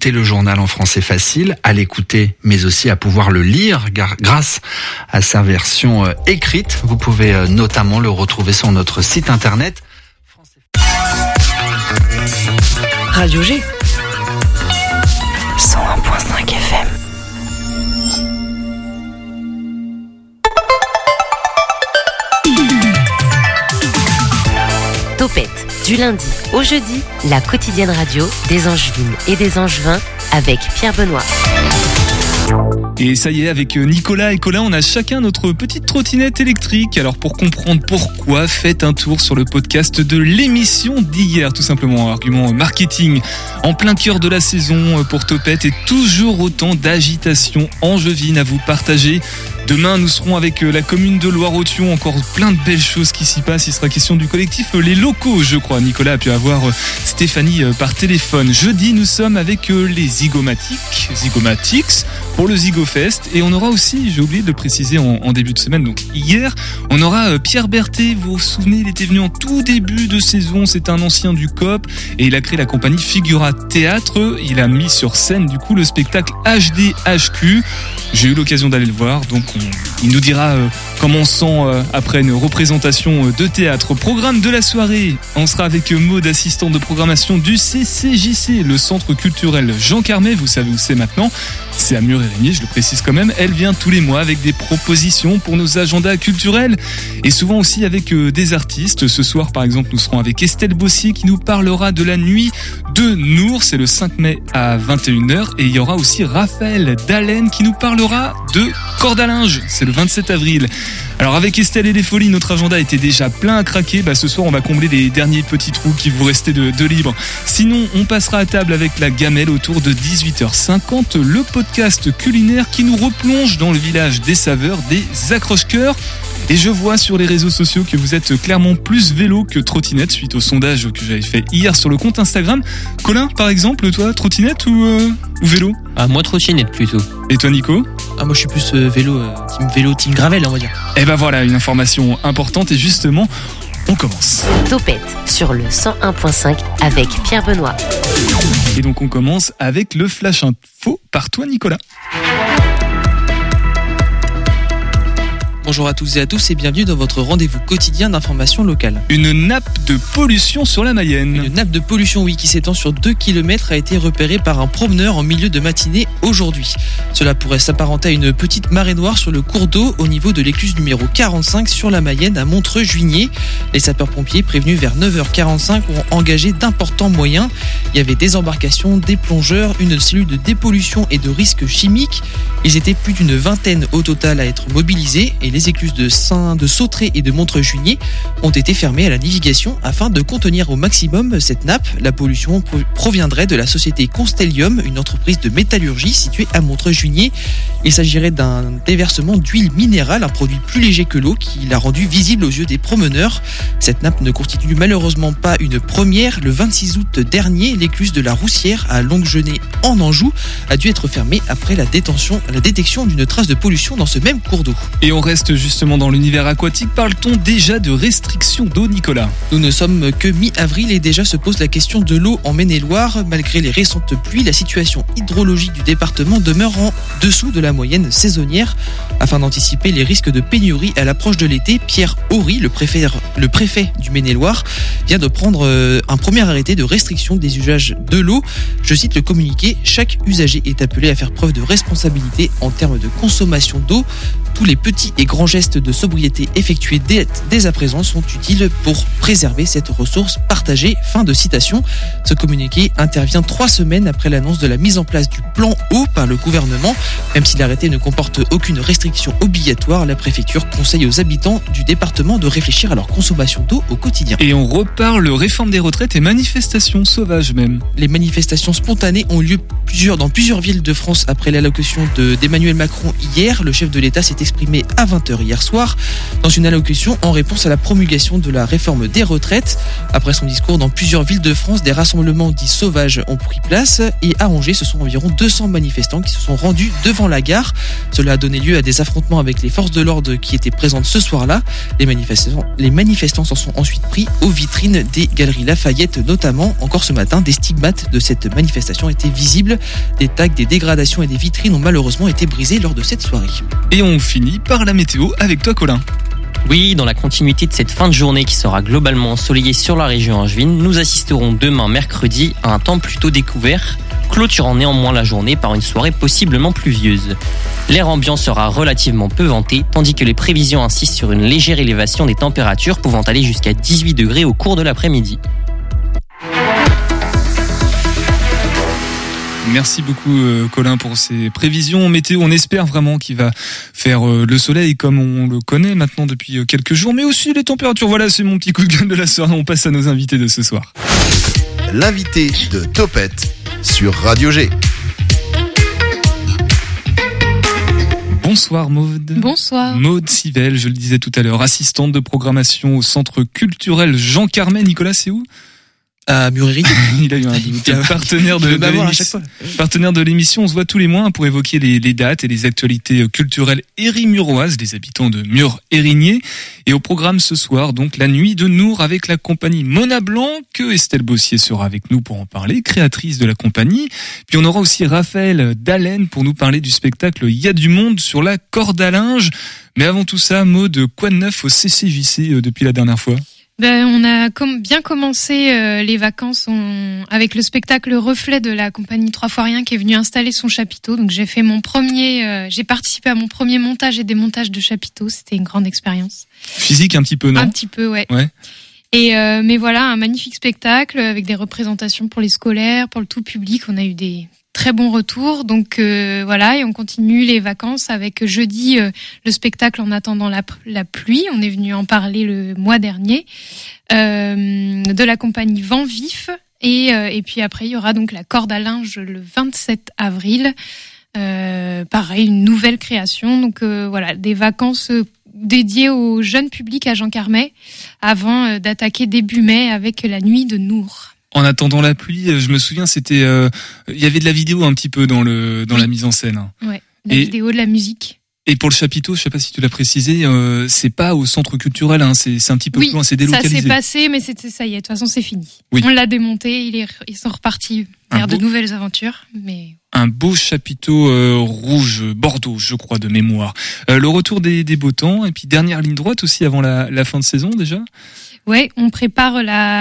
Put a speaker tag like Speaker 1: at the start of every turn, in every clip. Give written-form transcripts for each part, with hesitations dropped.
Speaker 1: écouter le journal en français facile, à l'écouter, mais aussi à pouvoir le lire grâce à sa version écrite. Vous pouvez notamment le retrouver sur notre site internet.
Speaker 2: Radio G 101.5 FM.
Speaker 3: Topette, du lundi au jeudi, la quotidienne radio des Angevines et des Angevins avec Pierre Benoît.
Speaker 4: Et ça y est, avec Nicolas et Colin, on a chacun notre petite trottinette électrique. Alors pour comprendre pourquoi, faites un tour sur le podcast de l'émission d'hier, tout simplement. Argument marketing, en plein cœur de la saison pour Topette et toujours autant d'agitation angevine à vous partager. Demain, nous serons avec la commune de Loire-Othion, encore plein de belles choses qui s'y passent. Il sera question du collectif Les Locaux, je crois. Nicolas a pu avoir Stéphanie par téléphone. Jeudi, nous sommes avec les Zygomatics pour le Zygofest. Et on aura aussi, j'ai oublié de le préciser en début de semaine, donc hier, on aura Pierre Berthet. Vous vous souvenez, il était venu en tout début de saison. C'est un ancien du COP et il a créé la compagnie Figura Théâtre. Il a mis sur scène, du coup, le spectacle HDHQ. J'ai eu l'occasion d'aller le voir, donc il nous dira comment on sent après une représentation de théâtre. Au programme de la soirée, on sera avec Maud, assistante de programmation du CCJC, le centre culturel Jean Carmet. Vous savez où c'est maintenant, c'est à Mur-et-Régnier, je le précise quand même. Elle vient tous les mois avec des propositions pour nos agendas culturels et souvent aussi avec des artistes. Ce soir, par exemple, nous serons avec Estelle Bossier qui nous parlera de la nuit de Nour, c'est le 5 mai à 21h. Et il y aura aussi Raphaël Dallène qui nous parlera de corde à linge, c'est le 27 avril. Alors avec Estelle et les Folies, notre agenda était déjà plein à craquer. Ce soir, on va combler les derniers petits trous qui vous restaient de libre. Sinon, on passera à table avec la gamelle autour de 18h50, le podcast culinaire qui nous replonge dans le village des saveurs des accroche-cœurs. Et je vois sur les réseaux sociaux que vous êtes clairement plus vélo que trottinette suite au sondage que j'avais fait hier sur le compte Instagram. Colin, par exemple, toi, trottinette ou vélo ?
Speaker 5: Moi, trottinette plutôt.
Speaker 4: Et toi, Nico ?
Speaker 6: Moi, je suis plus vélo, team gravel, on va dire.
Speaker 4: Et voilà, une information importante et justement, on commence.
Speaker 3: Topette sur le 101.5 avec Pierre Benoît.
Speaker 4: Et donc on commence avec le Flash Info par toi, Nicolas.
Speaker 6: Bonjour à toutes et à tous et bienvenue dans votre rendez-vous quotidien d'information locale.
Speaker 4: Une nappe de pollution sur la Mayenne.
Speaker 6: Une nappe de pollution, qui s'étend sur 2 km a été repérée par un promeneur en milieu de matinée aujourd'hui. Cela pourrait s'apparenter à une petite marée noire sur le cours d'eau au niveau de l'écluse numéro 45 sur la Mayenne à Montreux-Juigné. Les sapeurs-pompiers prévenus vers 9h45 ont engagé d'importants moyens. Il y avait des embarcations, des plongeurs, une cellule de dépollution et de risques chimiques. Ils étaient plus d'une vingtaine au total à être mobilisés et les écluses de Sautré et de Montreux-Juigné ont été fermées à la navigation afin de contenir au maximum cette nappe. La pollution proviendrait de la société Constellium, une entreprise de métallurgie située à Montreux-Juigné. Il s'agirait d'un déversement d'huile minérale, un produit plus léger que l'eau qui l'a rendu visible aux yeux des promeneurs. Cette nappe ne constitue malheureusement pas une première. Le 26 août dernier, l'écluse de la Roussière à Longuegenais en Anjou a dû être fermée après la détection d'une trace de pollution dans ce même cours d'eau.
Speaker 4: Et on reste justement dans l'univers aquatique. Parle-t-on déjà de restrictions d'eau, Nicolas ?
Speaker 6: Nous ne sommes que mi-avril et déjà se pose la question de l'eau en Maine-et-Loire. Malgré les récentes pluies, la situation hydrologique du département demeure en dessous de la moyenne saisonnière. Afin d'anticiper les risques de pénurie à l'approche de l'été, Pierre Horry, le préfet du Maine-et-Loire, vient de prendre un premier arrêté de restriction des usages de l'eau. Je cite le communiqué: chaque usager est appelé à faire preuve de responsabilité en termes de consommation d'eau. Tous les petits et grands gestes de sobriété effectués dès à présent sont utiles pour préserver cette ressource partagée. Fin de citation. Ce communiqué intervient 3 semaines après l'annonce de la mise en place du plan eau par le gouvernement. Même si l'arrêté ne comporte aucune restriction obligatoire, la préfecture conseille aux habitants du département de réfléchir à leur consommation d'eau au quotidien.
Speaker 4: Et on reparle réforme des retraites et manifestations sauvages même.
Speaker 6: Les manifestations spontanées ont lieu dans plusieurs villes de France après l'allocution d'Emmanuel Macron hier. Le chef de l'État s'est exprimé à 20h 20h hier soir, dans une allocution en réponse à la promulgation de la réforme des retraites. Après son discours, dans plusieurs villes de France, des rassemblements dits sauvages ont pris place et à Angers, ce sont environ 200 manifestants qui se sont rendus devant la gare. Cela a donné lieu à des affrontements avec les forces de l'ordre qui étaient présentes ce soir-là. Les manifestants s'en sont ensuite pris aux vitrines des galeries Lafayette notamment. Encore ce matin, des stigmates de cette manifestation étaient visibles. Des tags, des dégradations et des vitrines ont malheureusement été brisés lors de cette soirée.
Speaker 4: Et on finit par la météo avec toi, Colin.
Speaker 5: Oui, dans la continuité de cette fin de journée qui sera globalement ensoleillée sur la région angevine, nous assisterons demain mercredi à un temps plutôt découvert, clôturant néanmoins la journée par une soirée possiblement pluvieuse. L'air ambiant sera relativement peu venté, tandis que les prévisions insistent sur une légère élévation des températures pouvant aller jusqu'à 18 degrés au cours de l'après-midi.
Speaker 4: Merci beaucoup Colin pour ces prévisions météo. On espère vraiment qu'il va faire le soleil comme on le connaît maintenant depuis quelques jours, mais aussi les températures. Voilà, c'est mon petit coup de gueule de la soirée. On passe à nos invités de ce soir.
Speaker 7: L'invité de Topette sur Radio G.
Speaker 4: Bonsoir Maude.
Speaker 8: Bonsoir.
Speaker 4: Maude Civelle, je le disais tout à l'heure, assistante de programmation au Centre culturel Jean Carmet. Nicolas, c'est où ?
Speaker 6: À Murerie.
Speaker 4: Il a eu un doute. Partenaire de l'émission, on se voit tous les mois pour évoquer les dates et les actualités culturelles érimuroises des habitants de Mur-Érigné. Et au programme ce soir, donc, la nuit de Nour avec la compagnie Mona Blanc, que Estelle Bossier sera avec nous pour en parler, créatrice de la compagnie. Puis on aura aussi Raphaël Dallène pour nous parler du spectacle Il y a du monde sur la corde à linge. Mais avant tout ça, Maude, quoi de neuf au CCJC depuis la dernière fois ?
Speaker 8: On a bien commencé les vacances avec le spectacle Reflet de la compagnie Trois fois Rien qui est venu installer son chapiteau. Donc j'ai participé à mon premier montage et démontage de chapiteau. C'était une grande expérience.
Speaker 4: Physique un petit peu, non ?
Speaker 8: Un petit peu, ouais. Et mais voilà, un magnifique spectacle avec des représentations pour les scolaires, pour le tout public. On a eu des très bons retours. Donc voilà, et on continue les vacances avec jeudi le spectacle En attendant la pluie. On est venu en parler le mois dernier de la compagnie Vent Vif. Et puis après, il y aura donc la corde à linge le 27 avril. Pareil, une nouvelle création. Donc voilà, des vacances dédiées au jeune public à Jean Carmet avant d'attaquer début mai avec la nuit de Nour.
Speaker 4: En attendant la pluie, je me souviens, c'était, il y avait de la vidéo un petit peu dans la mise en scène.
Speaker 8: Ouais, vidéo, de la musique.
Speaker 4: Et pour le chapiteau, je sais pas si tu l'as précisé, c'est pas au centre culturel, hein, c'est un petit peu plus loin, c'est délocalisé.
Speaker 8: Ça s'est passé, mais ça y est, de toute façon, c'est fini.
Speaker 4: Oui.
Speaker 8: On l'a démonté, ils sont repartis vers de nouvelles aventures, mais.
Speaker 4: Un beau chapiteau rouge, bordeaux, je crois, de mémoire. Le retour des beaux temps, et puis dernière ligne droite aussi avant la fin de saison déjà.
Speaker 8: Ouais, on prépare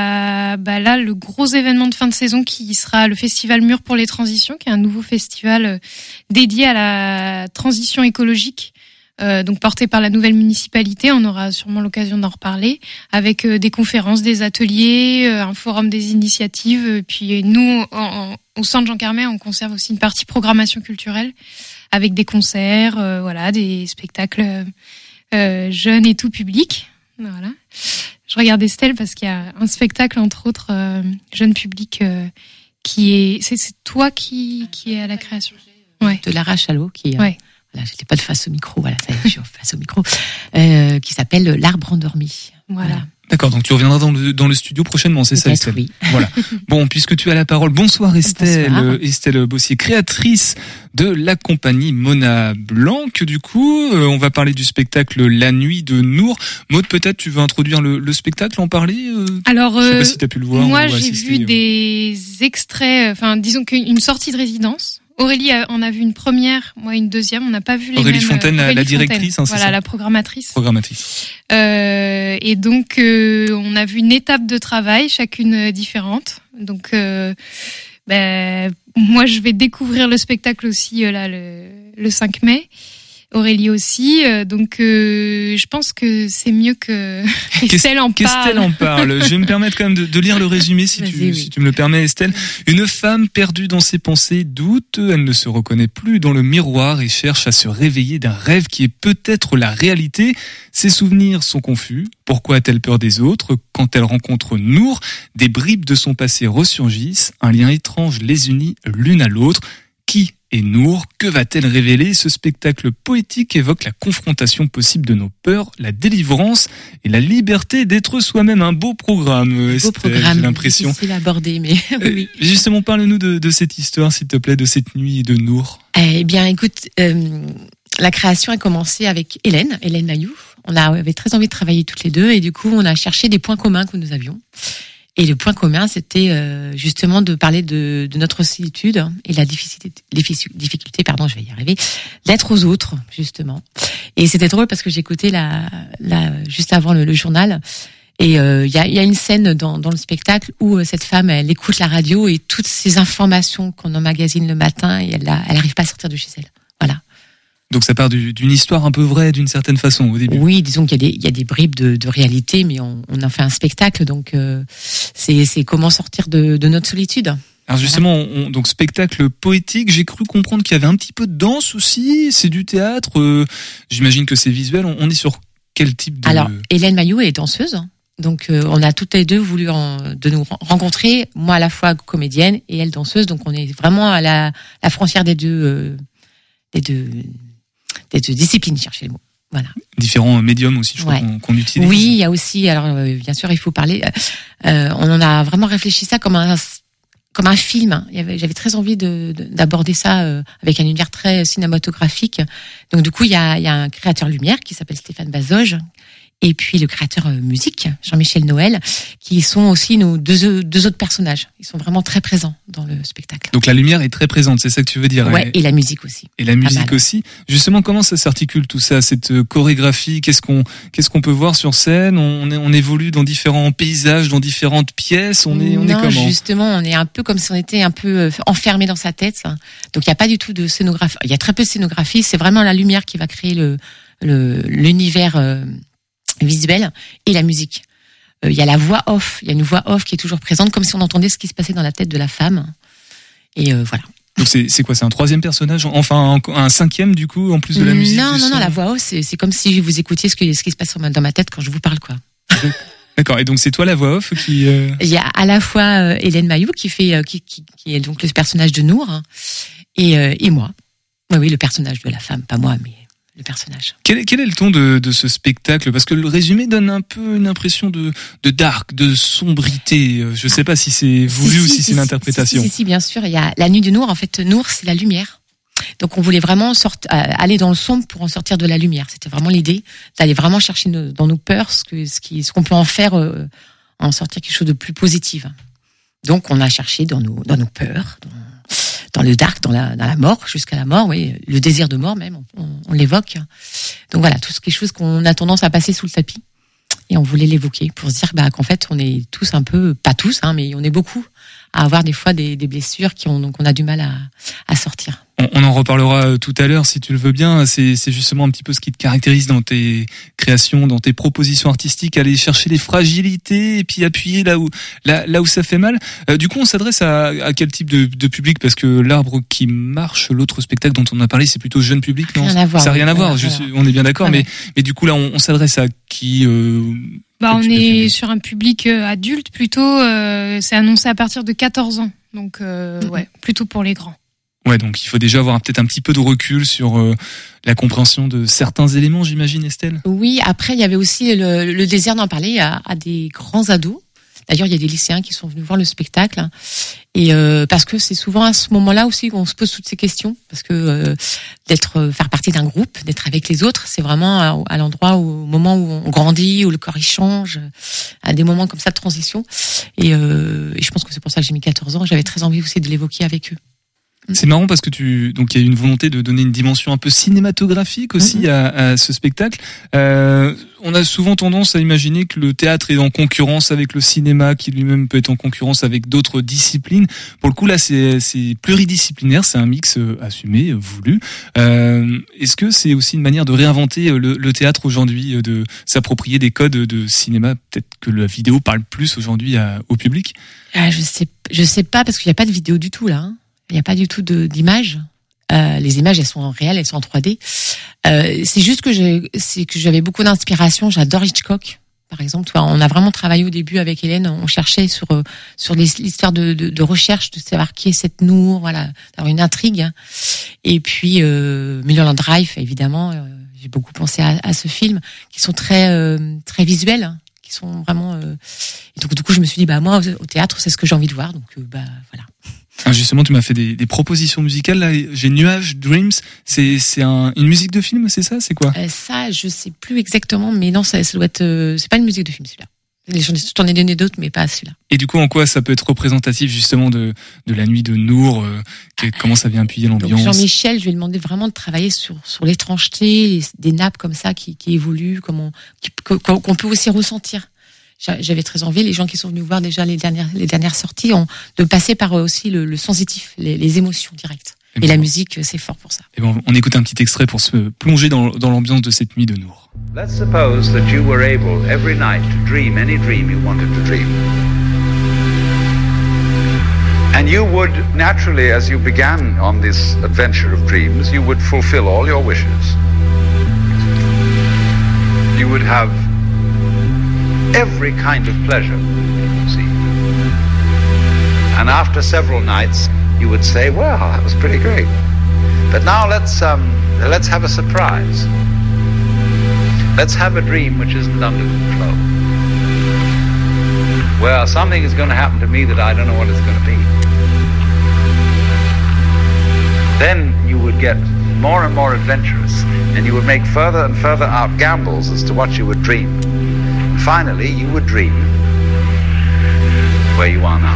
Speaker 8: le gros événement de fin de saison qui sera le festival Mur pour les transitions, qui est un nouveau festival dédié à la transition écologique, donc porté par la nouvelle municipalité. On aura sûrement l'occasion d'en reparler, avec des conférences, des ateliers, un forum des initiatives. Puis nous, au Centre Jean Carmet, on conserve aussi une partie programmation culturelle, avec des concerts, des spectacles jeunes et tout public. Voilà. Je regarde Estelle parce qu'il y a un spectacle, entre autres, jeune public, qui est... C'est toi qui est à la création.
Speaker 3: Ouais. De Lara Chalot, qui...
Speaker 8: Ouais.
Speaker 3: Voilà, j'étais pas de face au micro, voilà, ça y est, je suis face au micro, qui s'appelle L'Arbre endormi. Voilà.
Speaker 4: D'accord, donc tu reviendras dans le studio prochainement, c'est ça, Estelle ?
Speaker 3: Oui.
Speaker 4: Voilà. Bon, puisque tu as la parole, bonsoir Estelle.
Speaker 3: Bonsoir.
Speaker 4: Estelle Bossier, créatrice de la compagnie Mona Blanc. Du coup, on va parler du spectacle La Nuit de Nour. Maude, peut-être tu veux introduire le spectacle, en parler
Speaker 8: Alors,
Speaker 4: je sais pas si tu as pu le voir.
Speaker 8: Moi, j'ai vu des extraits, disons qu'une sortie de résidence. Aurélie en a vu une première, moi une deuxième. On n'a pas vu les
Speaker 4: Aurélie
Speaker 8: mêmes.
Speaker 4: Fontaine,
Speaker 8: Aurélie
Speaker 4: la directrice,
Speaker 8: Fontaine,
Speaker 4: hein, c'est
Speaker 8: voilà,
Speaker 4: ça ?
Speaker 8: la programmatrice.
Speaker 4: Programmatrice.
Speaker 8: Et donc, on a vu une étape de travail, chacune différente. Donc, moi, je vais découvrir le spectacle aussi le 5 mai. Aurélie aussi, donc je pense que c'est mieux que Estelle en parle.
Speaker 4: Qu'Estelle en parle. Je vais me permettre quand même de lire le résumé si tu me le permets, Estelle. Une femme perdue dans ses pensées doute, elle ne se reconnaît plus dans le miroir et cherche à se réveiller d'un rêve qui est peut-être la réalité. Ses souvenirs sont confus. Pourquoi a-t-elle peur des autres ? Quand elle rencontre Nour, des bribes de son passé ressurgissent. Un lien étrange les unit l'une à l'autre. Qui et Nour. Que va-t-elle révéler ? Ce spectacle poétique évoque la confrontation possible de nos peurs, la délivrance et la liberté d'être soi-même. Un beau programme, Estelle, j'ai l'impression.
Speaker 9: Difficile à aborder, mais oui.
Speaker 4: Justement, parle-nous de cette histoire, s'il te plaît, de cette nuit de Nour.
Speaker 9: Eh bien, écoute, la création a commencé avec Hélène Mailloux. On avait très envie de travailler toutes les deux et du coup, on a cherché des points communs que nous avions. Et le point commun, c'était justement de parler de notre solitude et la difficulté, je vais y arriver, d'être aux autres, justement. Et c'était drôle parce que j'écoutais juste avant le journal. Et il y a une scène dans le spectacle où cette femme, elle écoute la radio et toutes ces informations qu'on emmagasine le matin et elle arrive pas à sortir de chez elle. Voilà.
Speaker 4: Donc ça part d'une histoire un peu vraie d'une certaine façon au début.
Speaker 9: Oui, disons qu'il y a des bribes de réalité, mais on en fait un spectacle, donc c'est comment sortir de notre solitude.
Speaker 4: Alors justement, donc spectacle poétique, j'ai cru comprendre qu'il y avait un petit peu de danse aussi, c'est du théâtre, j'imagine que c'est visuel, on est sur quel type de...
Speaker 9: Alors, Hélène Mailloux est danseuse, donc on a toutes les deux voulu de nous rencontrer, moi à la fois comédienne et elle danseuse, donc on est vraiment à la frontière des deux disciplines, cherchez le mot. Voilà.
Speaker 4: Différents médiums aussi, je crois qu'on utilise.
Speaker 9: Oui, il y a aussi, alors bien sûr, il faut parler, on en a vraiment réfléchi ça comme un film. J'avais très envie d'aborder ça avec un univers très cinématographique. Donc du coup, il y a un créateur lumière qui s'appelle Stéphane Bazoge, et puis le créateur musique, Jean-Michel Noël, qui sont aussi nos deux autres personnages. Ils sont vraiment très présents dans le spectacle.
Speaker 4: Donc la lumière est très présente, c'est ça que tu veux dire?
Speaker 9: Ouais, et la musique aussi.
Speaker 4: Et la musique aussi. Justement, comment ça s'articule tout ça, cette chorégraphie? Qu'est-ce qu'on peut voir sur scène? On évolue dans différents paysages, dans différentes pièces. On est comment?
Speaker 9: Justement, on est un peu comme si on était un peu enfermé dans sa tête. Donc il y a pas du tout de scénographie. Il y a très peu de scénographie. C'est vraiment la lumière qui va créer l'univers visuel et la musique. Il y a la voix off. Il y a une voix off qui est toujours présente, comme si on entendait ce qui se passait dans la tête de la femme. Et voilà.
Speaker 4: Donc c'est quoi? C'est un troisième personnage? Enfin, un cinquième du coup, en plus de la musique?
Speaker 9: Non, la voix off, c'est comme si vous écoutiez ce qui se passe dans ma tête quand je vous parle, quoi.
Speaker 4: D'accord. Et donc c'est toi la voix off qui...
Speaker 9: Il y a à la fois Hélène Mailloux qui est donc le personnage de Nour, et moi. Oui, le personnage de la femme, pas moi, mais le personnage.
Speaker 4: Quel est le ton de ce spectacle? Parce que le résumé donne un peu une impression de dark, de sombrité. Je sais pas si c'est voulu ou si c'est l'interprétation.
Speaker 9: Si, bien sûr. Il y a la nuit de Nour. En fait, Nour, c'est la lumière. Donc, on voulait vraiment aller dans le sombre pour en sortir de la lumière. C'était vraiment l'idée d'aller vraiment chercher dans nos peurs ce qu'on peut en faire, en sortir quelque chose de plus positif. Donc, on a cherché dans nos peurs, dans le dark, dans la mort, jusqu'à la mort, oui, le désir de mort même, on l'évoque. Donc voilà, tout quelque chose qu'on a tendance à passer sous le tapis. Et on voulait l'évoquer pour se dire qu'en fait, on est tous un peu, pas tous, mais on est beaucoup à avoir des fois des blessures qu'on a du mal à sortir.
Speaker 4: On en reparlera tout à l'heure si tu le veux bien. C'est justement un petit peu ce qui te caractérise dans tes créations, dans tes propositions artistiques, aller chercher les fragilités et puis appuyer là où ça fait mal. Du coup, on s'adresse à quel type de public? Parce que L'Arbre qui marche, l'autre spectacle dont on a parlé, c'est plutôt jeune public, non?
Speaker 9: Rien à voir.
Speaker 4: Ça n'a rien à voir. On est bien d'accord, mais du coup là, on s'adresse à qui?
Speaker 8: On est sur un public adulte plutôt. C'est annoncé à partir de 14 ans, donc plutôt pour les grands.
Speaker 4: Ouais, donc il faut déjà avoir peut-être un petit peu de recul sur la compréhension de certains éléments, j'imagine, Estelle.
Speaker 9: Oui, après il y avait aussi le désir d'en parler à des grands ados. D'ailleurs, il y a des lycéens qui sont venus voir le spectacle, et parce que c'est souvent à ce moment-là aussi qu'on se pose toutes ces questions, parce que faire partie d'un groupe, d'être avec les autres, c'est vraiment à l'endroit au moment où on grandit, où le corps il change, à des moments comme ça de transition. Et je pense que c'est pour ça que j'ai mis 14 ans. J'avais très envie aussi de l'évoquer avec eux.
Speaker 4: C'est marrant parce que donc il y a une volonté de donner une dimension un peu cinématographique aussi à ce spectacle. On a souvent tendance à imaginer que le théâtre est en concurrence avec le cinéma, qui lui-même peut être en concurrence avec d'autres disciplines. Pour le coup là, c'est pluridisciplinaire, c'est un mix assumé, voulu. Est-ce que c'est aussi une manière de réinventer le théâtre aujourd'hui, de s'approprier des codes de cinéma? Peut-être que la vidéo parle plus aujourd'hui au public.
Speaker 9: Je sais pas, parce qu'il n'y a pas de vidéo du tout là. Il n'y a pas du tout d'images. Les images, elles sont réelles, elles sont en 3D. C'est juste que j'avais beaucoup d'inspiration. J'adore Hitchcock, par exemple. On a vraiment travaillé au début avec Hélène. On cherchait sur l'histoire de recherche, de savoir qui est cette Nour, voilà, d'avoir une intrigue. Et puis Mulholland Drive, évidemment, j'ai beaucoup pensé à ce film, qui sont très visuels, hein, qui sont vraiment. Et donc du coup, je me suis dit, moi, au théâtre, c'est ce que j'ai envie de voir. Donc voilà.
Speaker 4: Ah, justement, tu m'as fait des propositions musicales. Là, j'ai Nuages, Dreams. C'est une musique de film, c'est ça? C'est quoi?
Speaker 9: Ça, je sais plus exactement, mais non, ça doit être. C'est pas une musique de film, celui-là. J'en ai donné d'autres, mais pas celui-là.
Speaker 4: Et du coup, en quoi ça peut être représentatif justement de la nuit de Nour? Comment ça vient appuyer l'ambiance?
Speaker 9: Donc Jean-Michel, je lui ai demandé vraiment de travailler sur l'étrangeté, des nappes comme ça qui évoluent, qu'on peut aussi ressentir. J'avais très envie, les gens qui sont venus voir déjà les dernières sorties, de passer par aussi le sensitif, les émotions directes. Et la musique, c'est fort pour ça.
Speaker 4: Et bon, on écoute un petit extrait pour se plonger dans l'ambiance de cette nuit de Nour.
Speaker 10: Let's suppose that you were able every night to dream any dream you wanted to dream. And you would naturally, as you began on this adventure of dreams, you would fulfill all your wishes. You would have every kind of pleasure, see. And after several nights, you would say, well, that was pretty great. But now let's have a surprise. Let's have a dream which isn't under control. Well, something is going to happen to me that I don't know what it's going to be. Then you would get more and more adventurous, and you would make further and further out gambles as to what you would dream. And finally, you would dream where you are now.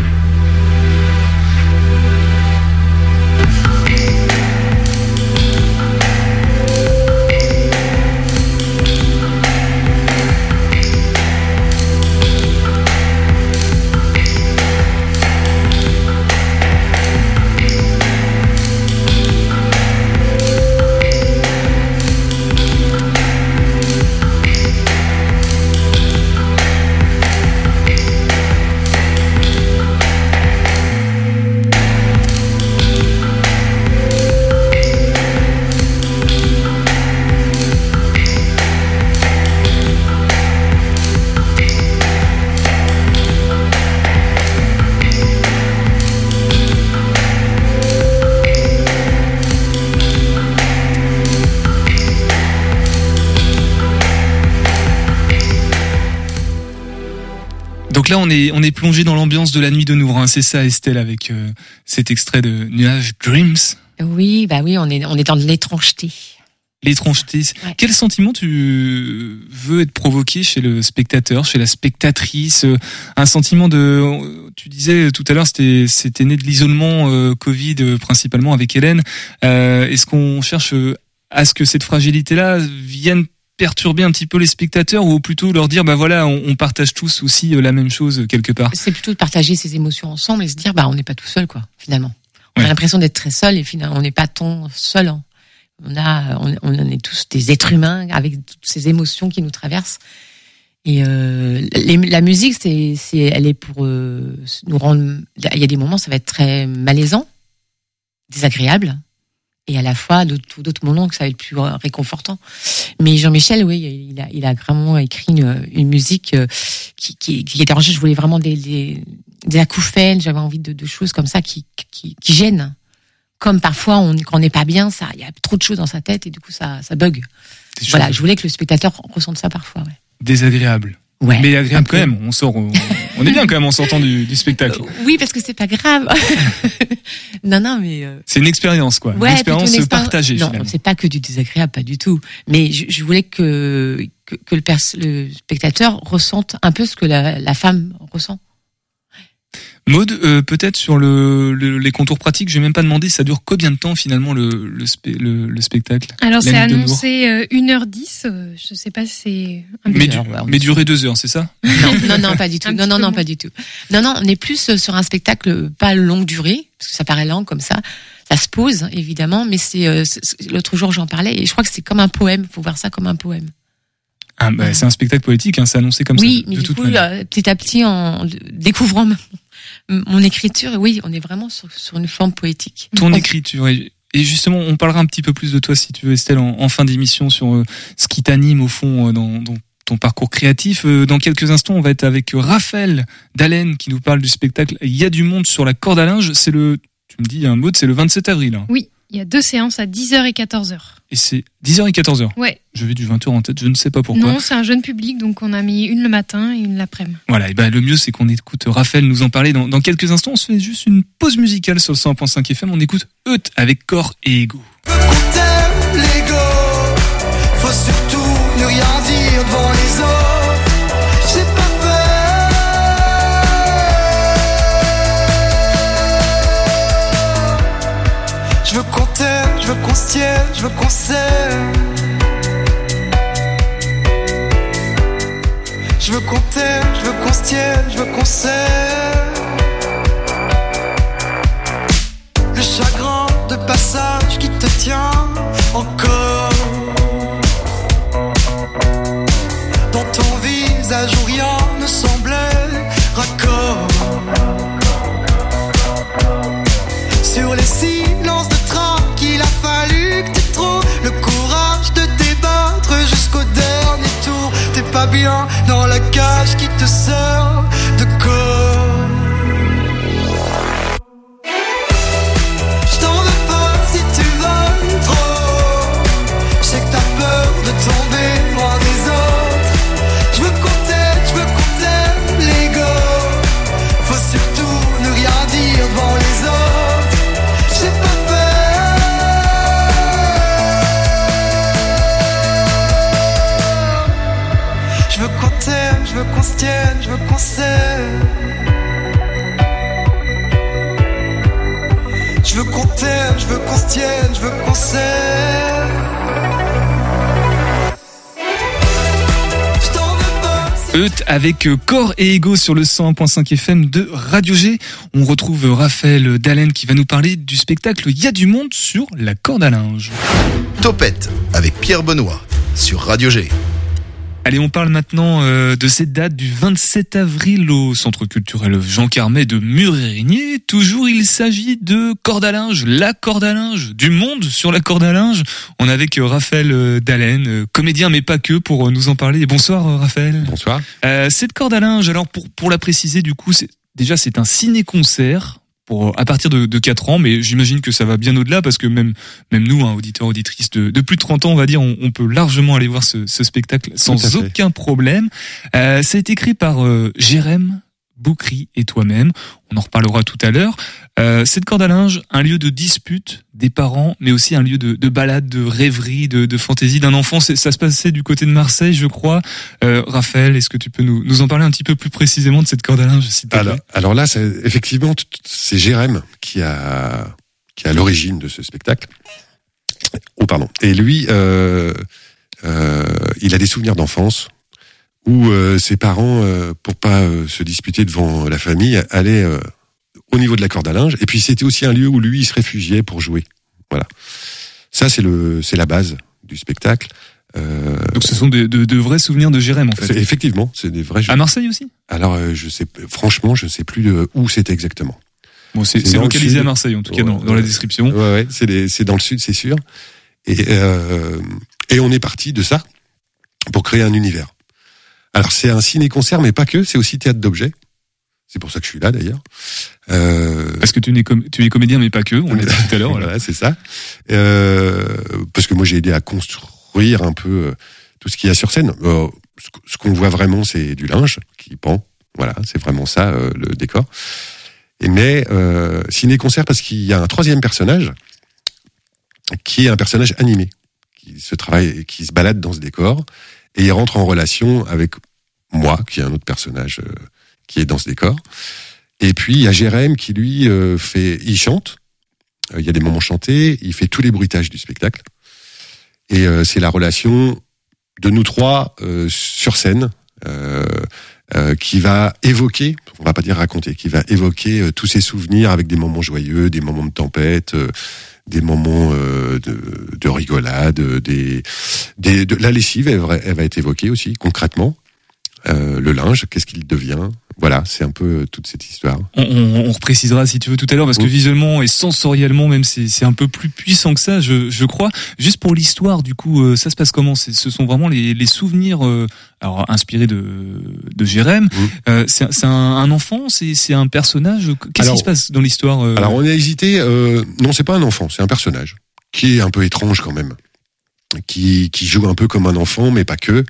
Speaker 4: Donc là, on est plongé dans l'ambiance de la nuit de Nour, hein. C'est ça, Estelle, avec cet extrait de Nuages, Dreams.
Speaker 9: Oui, on est dans de l'étrangeté.
Speaker 4: L'étrangeté. Ouais. Quel sentiment tu veux être provoqué chez le spectateur, chez la spectatrice? Un sentiment tu disais tout à l'heure, c'était né de l'isolement Covid principalement avec Hélène. Est-ce qu'on cherche à ce que cette fragilité-là vienne perturber un petit peu les spectateurs, ou plutôt leur dire voilà, on partage tous aussi la même chose quelque part? C'est
Speaker 9: plutôt de partager ses émotions ensemble et se dire on n'est pas tout seul, quoi, finalement. On a l'impression d'être très seul, et finalement on n'est pas tant seul, hein. On est tous des êtres humains avec toutes ces émotions qui nous traversent. Et la musique, elle est pour nous rendre. Il y a des moments, ça va être très malaisant, désagréable, et à la fois d'autres moments que ça va être plus réconfortant. Mais Jean-Michel, oui, il a vraiment écrit une musique qui était arrangée. Je voulais vraiment des acouphènes. J'avais envie de choses comme ça qui gênent. Comme parfois, quand on n'est pas bien, il y a trop de choses dans sa tête et du coup, ça bug. Voilà, je voulais que le spectateur ressente ça parfois. Ouais.
Speaker 4: Désagréable. Ouais, mais agréable quand même. On est bien quand même en sortant du spectacle.
Speaker 9: Oui, parce que c'est pas grave. non, mais.
Speaker 4: C'est une expérience, quoi.
Speaker 9: Ouais,
Speaker 4: une expérience partagée.
Speaker 9: Non,
Speaker 4: finalement.
Speaker 9: c'est pas que du désagréable, pas du tout. Mais je voulais que le spectateur ressente un peu ce que la femme ressent.
Speaker 4: Maud, peut-être sur les contours pratiques, j'ai même pas demandé, ça dure combien de temps finalement le spectacle?
Speaker 8: Alors c'est annoncé 1h10, je sais pas si c'est un peu...
Speaker 4: Mais durer 2 heures, c'est ça?
Speaker 9: Non, pas du tout. Non, pas du tout. Non, on est plus sur un spectacle pas longue durée, parce que ça paraît lent comme ça. Ça se pose, évidemment, mais c'est l'autre jour j'en parlais, et je crois que c'est comme un poème, faut voir ça comme un poème.
Speaker 4: C'est un spectacle poétique, hein, c'est annoncé comme ça.
Speaker 9: Oui, mais du coup, petit à petit, en découvrant mon écriture, oui, on est vraiment sur une forme poétique.
Speaker 4: Ton écriture, et justement, on parlera un petit peu plus de toi, si tu veux, Estelle, en fin d'émission, sur ce qui t'anime, au fond, dans ton parcours créatif. Dans quelques instants, on va être avec Raphaël Dallène, qui nous parle du spectacle Il y a du monde sur la corde à linge. Tu me dis un mot, c'est le 27 avril. Hein.
Speaker 8: Oui. Il y a 2 séances à 10h et 14h.
Speaker 4: Et c'est 10h et 14h.
Speaker 8: Ouais.
Speaker 4: J'avais du 20h en tête, je ne sais pas pourquoi.
Speaker 8: Non, c'est un jeune public, donc on a mis une le matin et une l'après-midi.
Speaker 4: Voilà, et ben le mieux c'est qu'on écoute Raphaël nous en parler dans quelques instants. On se fait juste une pause musicale sur le 100.5 FM. On écoute Eut avec Corps et Ego.
Speaker 11: L'ego, faut surtout ne rien dire devant les autres. J'ai pas peur. Je veux qu'on t'aime, je veux qu'on se tienne, je veux qu'on s'aime. Je veux qu'on t'aime, je veux qu'on se tienne, je veux qu'on s'aime. Le chagrin de passage qui te tient encore. Dans ton visage où rien ne semblait raccord. Sur les silences de train qu'il a fallu que tu trouves le courage de débattre jusqu'au dernier tour. T'es pas bien dans la cage qui te sert de corps. Je t'en veux pas si tu veux trop. Je sais que t'as peur de tomber loin des autres. Je veux qu'on t'aime, l'ego. Faut surtout ne rien dire devant les autres. J'ai pas peur. Je veux qu'on t'aime, je veux qu'on se tienne, je veux qu'on s'aime. Je veux qu'on t'aime, je veux qu'on se tienne, je veux qu'on s'aime.
Speaker 4: Eut avec Corps et Ego sur le 101.5 FM de Radio G. On retrouve Raphaël Dallène qui va nous parler du spectacle Il y a du monde sur la corde à linge.
Speaker 7: Topette avec Pierre Benoît sur Radio G.
Speaker 4: Allez, on parle maintenant de cette date du 27 avril au Centre culturel Jean Carmet de Mur-Érigné. Toujours, il s'agit de corde à linge, la corde à linge, du monde sur la corde à linge. On est avec Raphaël Dallène, comédien mais pas que, pour nous en parler. Bonsoir Raphaël.
Speaker 12: Bonsoir.
Speaker 4: Cette corde à linge, alors pour la préciser, du coup, c'est un ciné-concert. À partir de 4 ans, mais j'imagine que ça va bien au-delà parce que même nous, auditeurs, auditrices de plus de 30 ans, on va dire, on peut largement aller voir ce spectacle sans aucun problème. Ça a été écrit par Jérém Boukri et toi-même. On en reparlera tout à l'heure. Cette corde à linge, un lieu de dispute des parents, mais aussi un lieu de balade, de rêverie, de fantaisie d'un enfant. Ça se passait du côté de Marseille, je crois. Raphaël, est-ce que tu peux nous en parler un petit peu plus précisément de cette corde à linge, s'il te plaît ?
Speaker 12: Alors là, effectivement, c'est Jérém qui a l'origine de ce spectacle. Oh, pardon. Et lui, il a des souvenirs d'enfance où ses parents, pour pas se disputer devant la famille, allaient au niveau de la corde à linge. Et puis c'était aussi un lieu où lui, il se réfugiait pour jouer. Voilà. Ça, c'est la base du spectacle.
Speaker 4: Donc ce sont de vrais souvenirs de Jérém, en fait.
Speaker 12: Effectivement, c'est des vrais.
Speaker 4: À Marseille aussi ?
Speaker 12: Alors, je sais plus où c'était exactement.
Speaker 4: Bon, c'est localisé à Marseille, en tout cas, dans la description.
Speaker 12: Ouais, c'est dans le sud, c'est sûr. Et on est parti de ça pour créer un univers. Alors, c'est un ciné-concert, mais pas que, c'est aussi théâtre d'objets. C'est pour ça que je suis là, d'ailleurs.
Speaker 4: Parce que tu es comédien, mais pas que, on l'a dit tout à l'heure.
Speaker 12: Voilà, c'est ça. Parce que moi, j'ai aidé à construire un peu tout ce qu'il y a sur scène. Ce qu'on voit vraiment, c'est du linge qui pend. Voilà, c'est vraiment ça, le décor. Mais ciné-concert parce qu'il y a un troisième personnage qui est un personnage animé, qui se balade dans ce décor, et il rentre en relation avec moi, qui est un autre personnage qui est dans ce décor. Et puis il y a Jérém qui lui il chante. Il y a des moments chantés, il fait tous les bruitages du spectacle. Et c'est la relation de nous trois sur scène qui va évoquer, on va pas dire raconter, qui va évoquer tous ses souvenirs avec des moments joyeux, des moments de tempête, des moments de rigolade, de la lessive, elle va être évoquée aussi concrètement. Le linge, qu'est-ce qu'il devient, Voilà, c'est un peu toute cette histoire.
Speaker 4: On reprécisera si tu veux tout à l'heure, parce que visuellement et sensoriellement même, c'est un peu plus puissant que ça, je crois. Juste pour l'histoire, du coup, ça se passe comment ? Ce sont vraiment les souvenirs, alors inspirés de Jérém. C'est un enfant, c'est un personnage. Qu'est-ce qui se passe dans l'histoire ?
Speaker 12: Alors on a hésité. Non, c'est pas un enfant, c'est un personnage qui est un peu étrange quand même, qui joue un peu comme un enfant, mais pas que.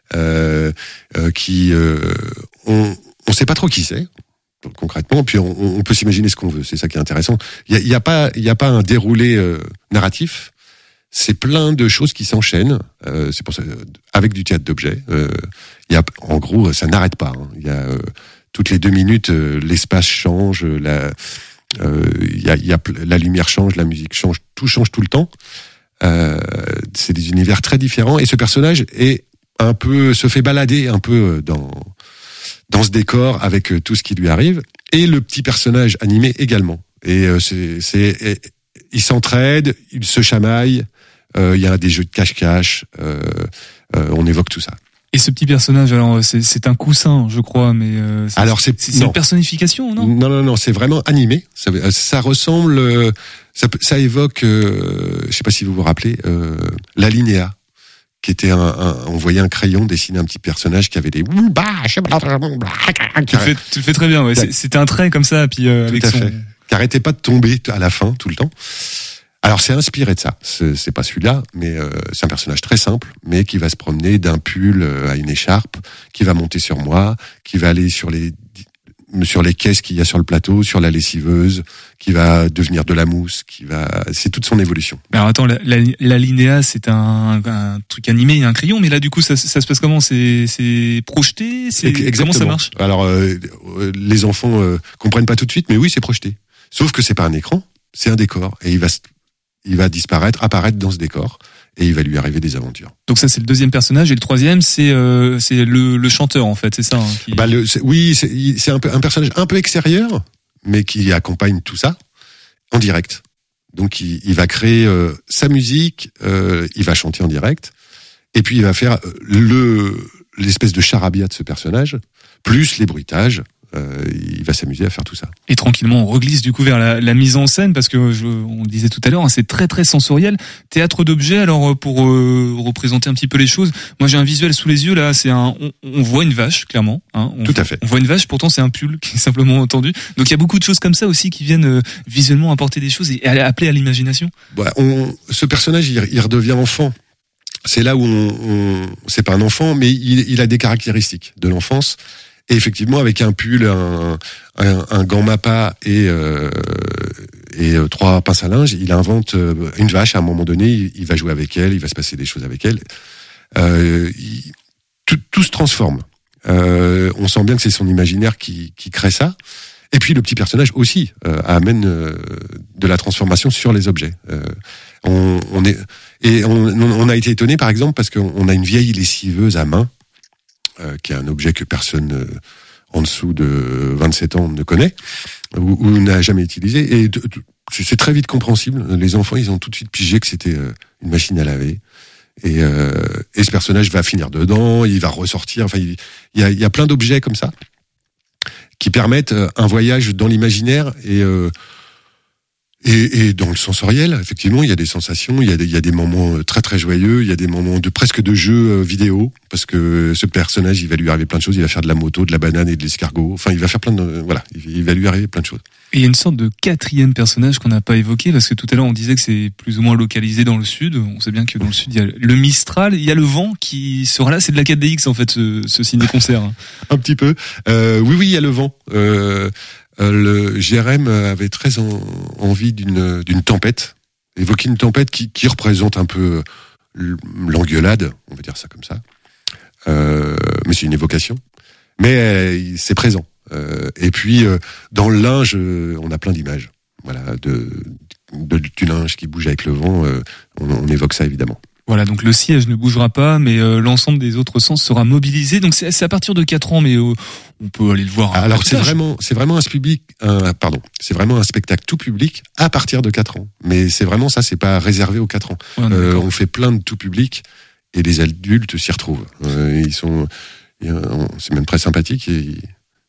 Speaker 12: On sait pas trop qui c'est concrètement, puis on peut s'imaginer ce qu'on veut. C'est ça qui est intéressant. Il y a pas un déroulé narratif. C'est plein de choses qui s'enchaînent. C'est pour ça, avec du théâtre d'objets. En gros, ça n'arrête pas. Il y a toutes les 2 minutes, l'espace change, la lumière change, la musique change tout le temps. C'est des univers très différents, et ce personnage se fait balader un peu dans ce décor avec tout ce qui lui arrive, et le petit personnage animé également. Et ils s'entraident, ils se chamaillent, il y a des jeux de cache-cache, on évoque tout ça.
Speaker 4: Et ce petit personnage, alors c'est un coussin, je crois, mais c'est une personnification, non ?
Speaker 12: Non, c'est vraiment animé. Ça ressemble, ça évoque, je sais pas si vous vous rappelez, l'Alinéa, qui était on voyait un crayon dessiner un petit personnage qui avait des. Tu
Speaker 4: le fais très bien, ouais. C'était un trait comme ça, puis avec
Speaker 12: tout à fait. Qui arrêtait pas de tomber à la fin tout le temps. Alors c'est inspiré de ça. C'est pas celui-là, mais c'est un personnage très simple, mais qui va se promener d'un pull à une écharpe, qui va monter sur moi, qui va aller sur les caisses qu'il y a sur le plateau, sur la lessiveuse, qui va devenir de la mousse, c'est toute son évolution.
Speaker 4: Mais alors attends, l'Alinéa, c'est un truc animé, un crayon, mais là du coup ça se passe comment ? C'est projeté ? Comment ça marche ?
Speaker 12: Alors les enfants comprennent pas tout de suite, mais oui, c'est projeté. Sauf que c'est pas un écran, c'est un décor, et il va apparaître dans ce décor, et il va lui arriver des aventures.
Speaker 4: Donc ça, c'est le deuxième personnage, et le troisième, c'est le chanteur, en fait, c'est ça, hein,
Speaker 12: c'est un personnage un peu extérieur, mais qui accompagne tout ça en direct. Donc il va créer sa musique, il va chanter en direct, et puis il va faire l'espèce de charabia de ce personnage, plus les bruitages. Il va s'amuser à faire tout ça.
Speaker 4: Et tranquillement, on reglisse du coup vers la mise en scène, parce que on le disait tout à l'heure, hein, c'est très très sensoriel. Théâtre d'objets, alors pour représenter un petit peu les choses, moi j'ai un visuel sous les yeux là, on voit une vache, clairement. Hein,
Speaker 12: tout à fait.
Speaker 4: On voit une vache, pourtant c'est un pull qui est simplement entendu. Donc il y a beaucoup de choses comme ça aussi qui viennent visuellement apporter des choses et appeler à l'imagination.
Speaker 12: Ce personnage, il redevient enfant. C'est là où c'est pas un enfant, mais il a des caractéristiques de l'enfance. Et effectivement, avec un pull, un gant mappa et 3 pinces à linge, il invente une vache. À un moment donné, il va jouer avec elle, il va se passer des choses avec elle. Tout se transforme. On sent bien que c'est son imaginaire qui crée ça. Et puis le petit personnage aussi amène de la transformation sur les objets. On a été étonné, par exemple, parce qu'on a une vieille lessiveuse à main, qui est un objet que personne en dessous de 27 ans ne connaît ou n'a jamais utilisé, et c'est très vite compréhensible. Les enfants, ils ont tout de suite pigé que c'était une machine à laver, et ce personnage va finir dedans, il va ressortir. Enfin, il y a plein d'objets comme ça qui permettent un voyage dans l'imaginaire et dans le sensoriel. Effectivement, il y a des sensations, il y a des moments très très joyeux, il y a des moments presque de jeu vidéo, parce que ce personnage, il va lui arriver plein de choses. Il va faire de la moto, de la banane et de l'escargot. Enfin, il va faire il va lui arriver plein de choses.
Speaker 4: Et il y a une sorte de 4e personnage qu'on n'a pas évoqué, parce que tout à l'heure on disait que c'est plus ou moins localisé dans le sud. On sait bien que dans le sud il y a le Mistral, il y a le vent qui sera là. C'est de la 4DX en fait, ce ciné-concert.
Speaker 12: Un petit peu. Oui, il y a le vent. Jérém avait très envie d'une tempête, évoquer une tempête qui représente un peu l'engueulade, on va dire ça comme ça. Mais c'est une évocation. Mais c'est présent. Et puis dans le linge, on a plein d'images. Voilà, du linge qui bouge avec le vent. On évoque ça évidemment.
Speaker 4: Voilà, donc le siège ne bougera pas, mais l'ensemble des autres sens sera mobilisé. Donc c'est à partir de 4 ans, mais on peut aller le voir.
Speaker 12: Alors c'est vraiment c'est vraiment un spectacle tout public à partir de 4 ans. Mais c'est vraiment ça, c'est pas réservé aux 4 ans. Ouais, on fait plein de tout public et les adultes s'y retrouvent. C'est même très sympathique et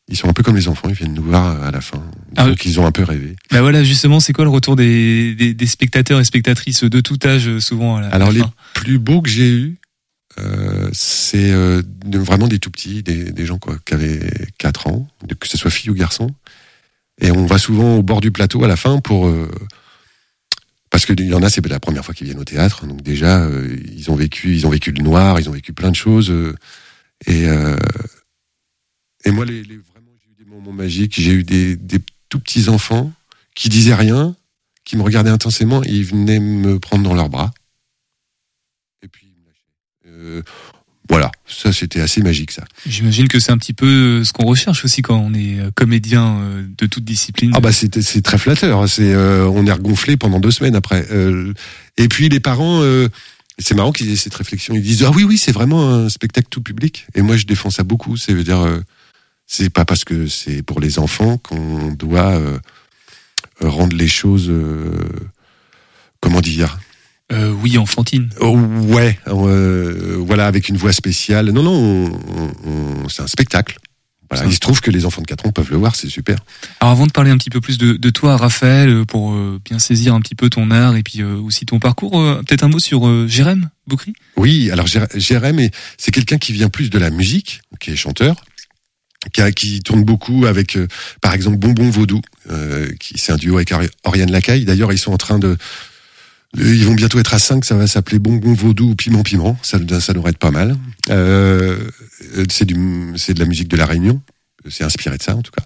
Speaker 12: ils sont un peu comme les enfants, ils viennent nous voir à la fin. Donc ils ont un peu rêvé.
Speaker 4: Bah voilà, justement, c'est quoi le retour des spectateurs et spectatrices de tout âge, souvent à la
Speaker 12: Alors
Speaker 4: fin.
Speaker 12: les plus beaux que j'ai eus, c'est vraiment des tout petits, des gens qui avaient 4 ans, que ce soit filles ou garçons. Et on va souvent au bord du plateau à la fin pour... parce qu'il y en a, c'est la première fois qu'ils viennent au théâtre, donc déjà, ils ont vécu le noir, ils ont vécu plein de choses. Et moi, vraiment, j'ai eu des moments magiques, j'ai eu des tout petits enfants qui disaient rien, qui me regardaient intensément, et ils venaient me prendre dans leurs bras. Et puis, ils me lâchaient. Voilà, ça c'était assez magique ça.
Speaker 4: J'imagine que c'est un petit peu ce qu'on recherche aussi quand on est comédien de toute discipline.
Speaker 12: Ah bah c'est très flatteur, on est regonflé pendant 2 semaines après. Et puis les parents, c'est marrant qu'ils aient cette réflexion, ils disent ah oui c'est vraiment un spectacle tout public. Et moi je défends ça beaucoup, c'est veut dire c'est pas parce que c'est pour les enfants qu'on doit rendre les choses comment dire.
Speaker 4: Oui, enfantine.
Speaker 12: Ouais, voilà, avec une voix spéciale. Non, c'est un spectacle. Voilà, il se trouve que les enfants de 4 ans peuvent le voir, c'est super.
Speaker 4: Alors avant de parler un petit peu plus de toi, Raphaël, pour bien saisir un petit peu ton art et puis aussi ton parcours, peut-être un mot sur Jérém Boukri.
Speaker 12: Oui, alors Jérém, c'est quelqu'un qui vient plus de la musique, qui est chanteur, qui tourne beaucoup avec, par exemple, Bonbon Vaudou, c'est un duo avec Oriane Lacaille. D'ailleurs, ils sont en train ils vont bientôt être à 5, ça va s'appeler Bonbon Vaudou ou Piment. Ça devrait être pas mal. C'est de la musique de La Réunion. C'est inspiré de ça, en tout cas.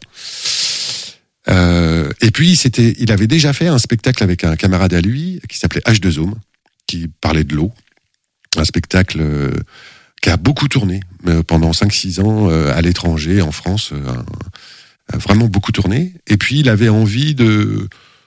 Speaker 12: Et puis, il avait déjà fait un spectacle avec un camarade à lui, qui s'appelait H2O, qui parlait de l'eau. Un spectacle qui a beaucoup tourné pendant 5-6 ans à l'étranger, en France. A vraiment beaucoup tourné. Et puis, il avait envie de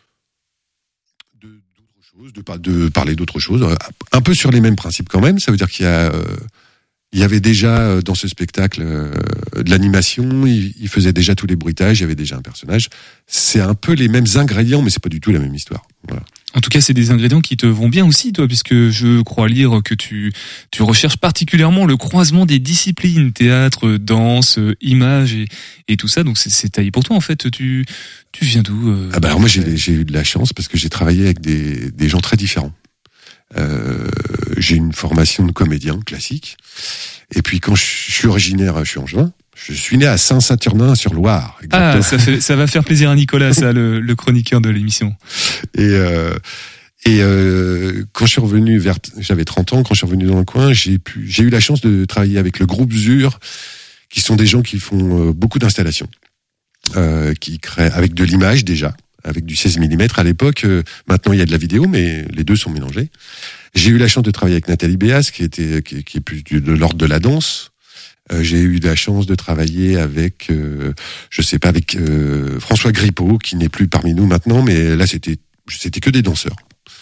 Speaker 12: parler d'autre chose, un peu sur les mêmes principes quand même. Ça veut dire qu'il y avait déjà dans ce spectacle de l'animation, il faisait déjà tous les bruitages, il y avait déjà un personnage. C'est un peu les mêmes ingrédients, mais c'est pas du tout la même histoire. Voilà.
Speaker 4: En tout cas, c'est des ingrédients qui te vont bien aussi, toi, puisque je crois lire que tu recherches particulièrement le croisement des disciplines, théâtre, danse, image et tout ça. Donc c'est taillé pour toi, en fait. Tu viens d'où
Speaker 12: alors moi, j'ai eu de la chance parce que j'ai travaillé avec des gens très différents. J'ai une formation de comédien classique. Et puis quand je suis originaire, je suis angevin. Je suis né à Saint-Saturnin-sur-Loire.
Speaker 4: Ah, ça va faire plaisir à Nicolas, ça, le chroniqueur de l'émission.
Speaker 12: Et quand je suis revenu j'avais 30 ans, quand je suis revenu dans le coin, j'ai eu la chance de travailler avec le groupe ZUR, qui sont des gens qui font beaucoup d'installations, qui créent avec de l'image déjà, avec du 16 mm à l'époque. Maintenant, il y a de la vidéo, mais les deux sont mélangés. J'ai eu la chance de travailler avec Nathalie Béas, qui est plus de l'ordre de la danse. J'ai eu la chance de travailler avec, avec François Grippot, qui n'est plus parmi nous maintenant, mais là c'était que des danseurs.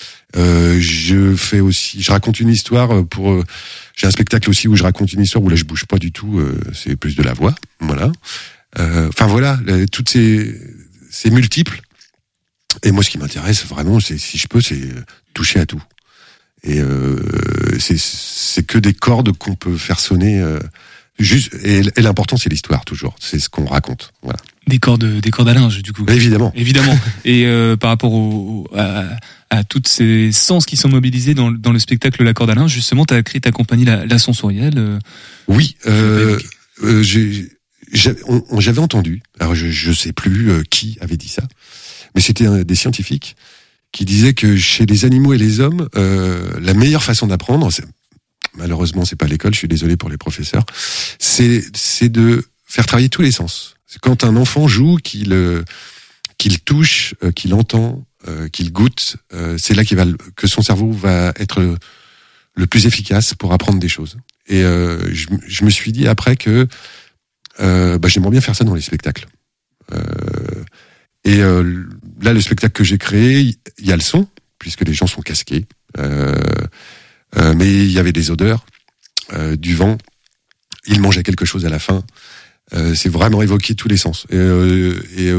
Speaker 12: Je raconte une histoire j'ai un spectacle aussi où je raconte une histoire où là je bouge pas du tout, c'est plus de la voix, voilà. Enfin voilà, toutes ces multiples. Et moi, ce qui m'intéresse vraiment, si je peux, c'est toucher à tout. Et c'est que des cordes qu'on peut faire sonner. Et l'important, c'est l'histoire toujours. C'est ce qu'on raconte. Voilà.
Speaker 4: Des cordes à linge, du coup.
Speaker 12: Évidemment.
Speaker 4: Et par rapport à toutes ces sens qui sont mobilisés dans le spectacle La Corde à linge, justement, tu as créé ta compagnie La Sensorielle.
Speaker 12: Oui. J'avais entendu. Alors je sais plus qui avait dit ça, mais c'était des scientifiques qui disaient que chez les animaux et les hommes, la meilleure façon d'apprendre, malheureusement c'est pas l'école, je suis désolé pour les professeurs, c'est de faire travailler tous les sens. C'est quand un enfant joue, qu'il touche, qu'il entend, qu'il goûte, c'est là que son cerveau va être le plus efficace pour apprendre des choses. Et je me suis dit après que j'aimerais bien faire ça dans les spectacles. Là, le spectacle que j'ai créé, il y a le son, puisque les gens sont casqués. Mais il y avait des odeurs, du vent. Il mangeait quelque chose à la fin. C'est vraiment évoqué tous les sens. Et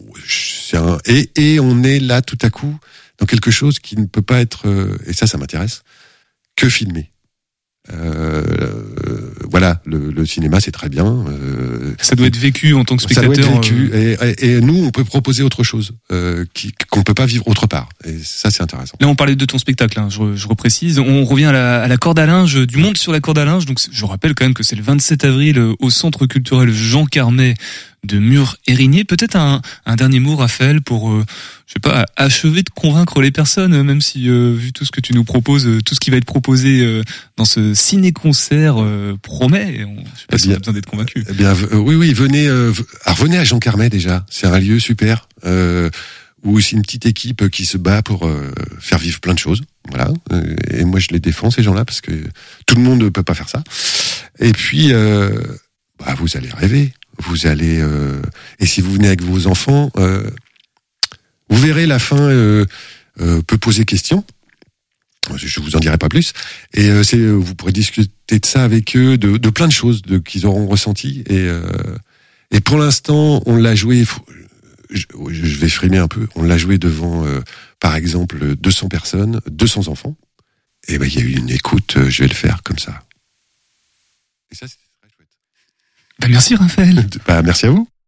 Speaker 12: on est là tout à coup dans quelque chose qui ne peut pas être, et ça m'intéresse, que filmé. Voilà, le cinéma c'est très bien.
Speaker 4: Ça doit être vécu en tant que spectateur.
Speaker 12: Ça doit être vécu. Et nous, on peut proposer autre chose qu'on peut pas vivre autre part. Et ça, c'est intéressant.
Speaker 4: Là, on parlait de ton spectacle. Hein, je reprécise. On revient à la corde à linge, du monde sur la corde à linge. Donc, je rappelle quand même que c'est le 27 avril au Centre culturel Jean Carmet de Mur-Érigné. Peut-être un dernier mot, Raphaël, pour je sais pas, achever de convaincre les personnes, même si vu tout ce que tu nous proposes, tout ce qui va être proposé dans ce ciné-concert promet. Je sais pas si on a besoin d'être convaincu.
Speaker 12: Eh bien, oui, venez à Jean Carmet déjà. C'est un lieu super où c'est une petite équipe qui se bat pour faire vivre plein de choses. Voilà. Et moi, je les défends ces gens-là parce que tout le monde ne peut pas faire ça. Et puis, vous allez rêver. Vous allez et si vous venez avec vos enfants, vous verrez la fin peut poser question. Je vous en dirai pas plus. Et vous pourrez discuter de ça avec eux, de plein de choses qu'ils auront ressenti. Et pour l'instant, on l'a joué. Je vais frimer un peu. On l'a joué devant, par exemple, 200 personnes, 200 enfants. Et il y a eu une écoute. Je vais le faire comme ça. Et ça, c'est très chouette.
Speaker 4: Merci Raphaël.
Speaker 12: Merci à vous.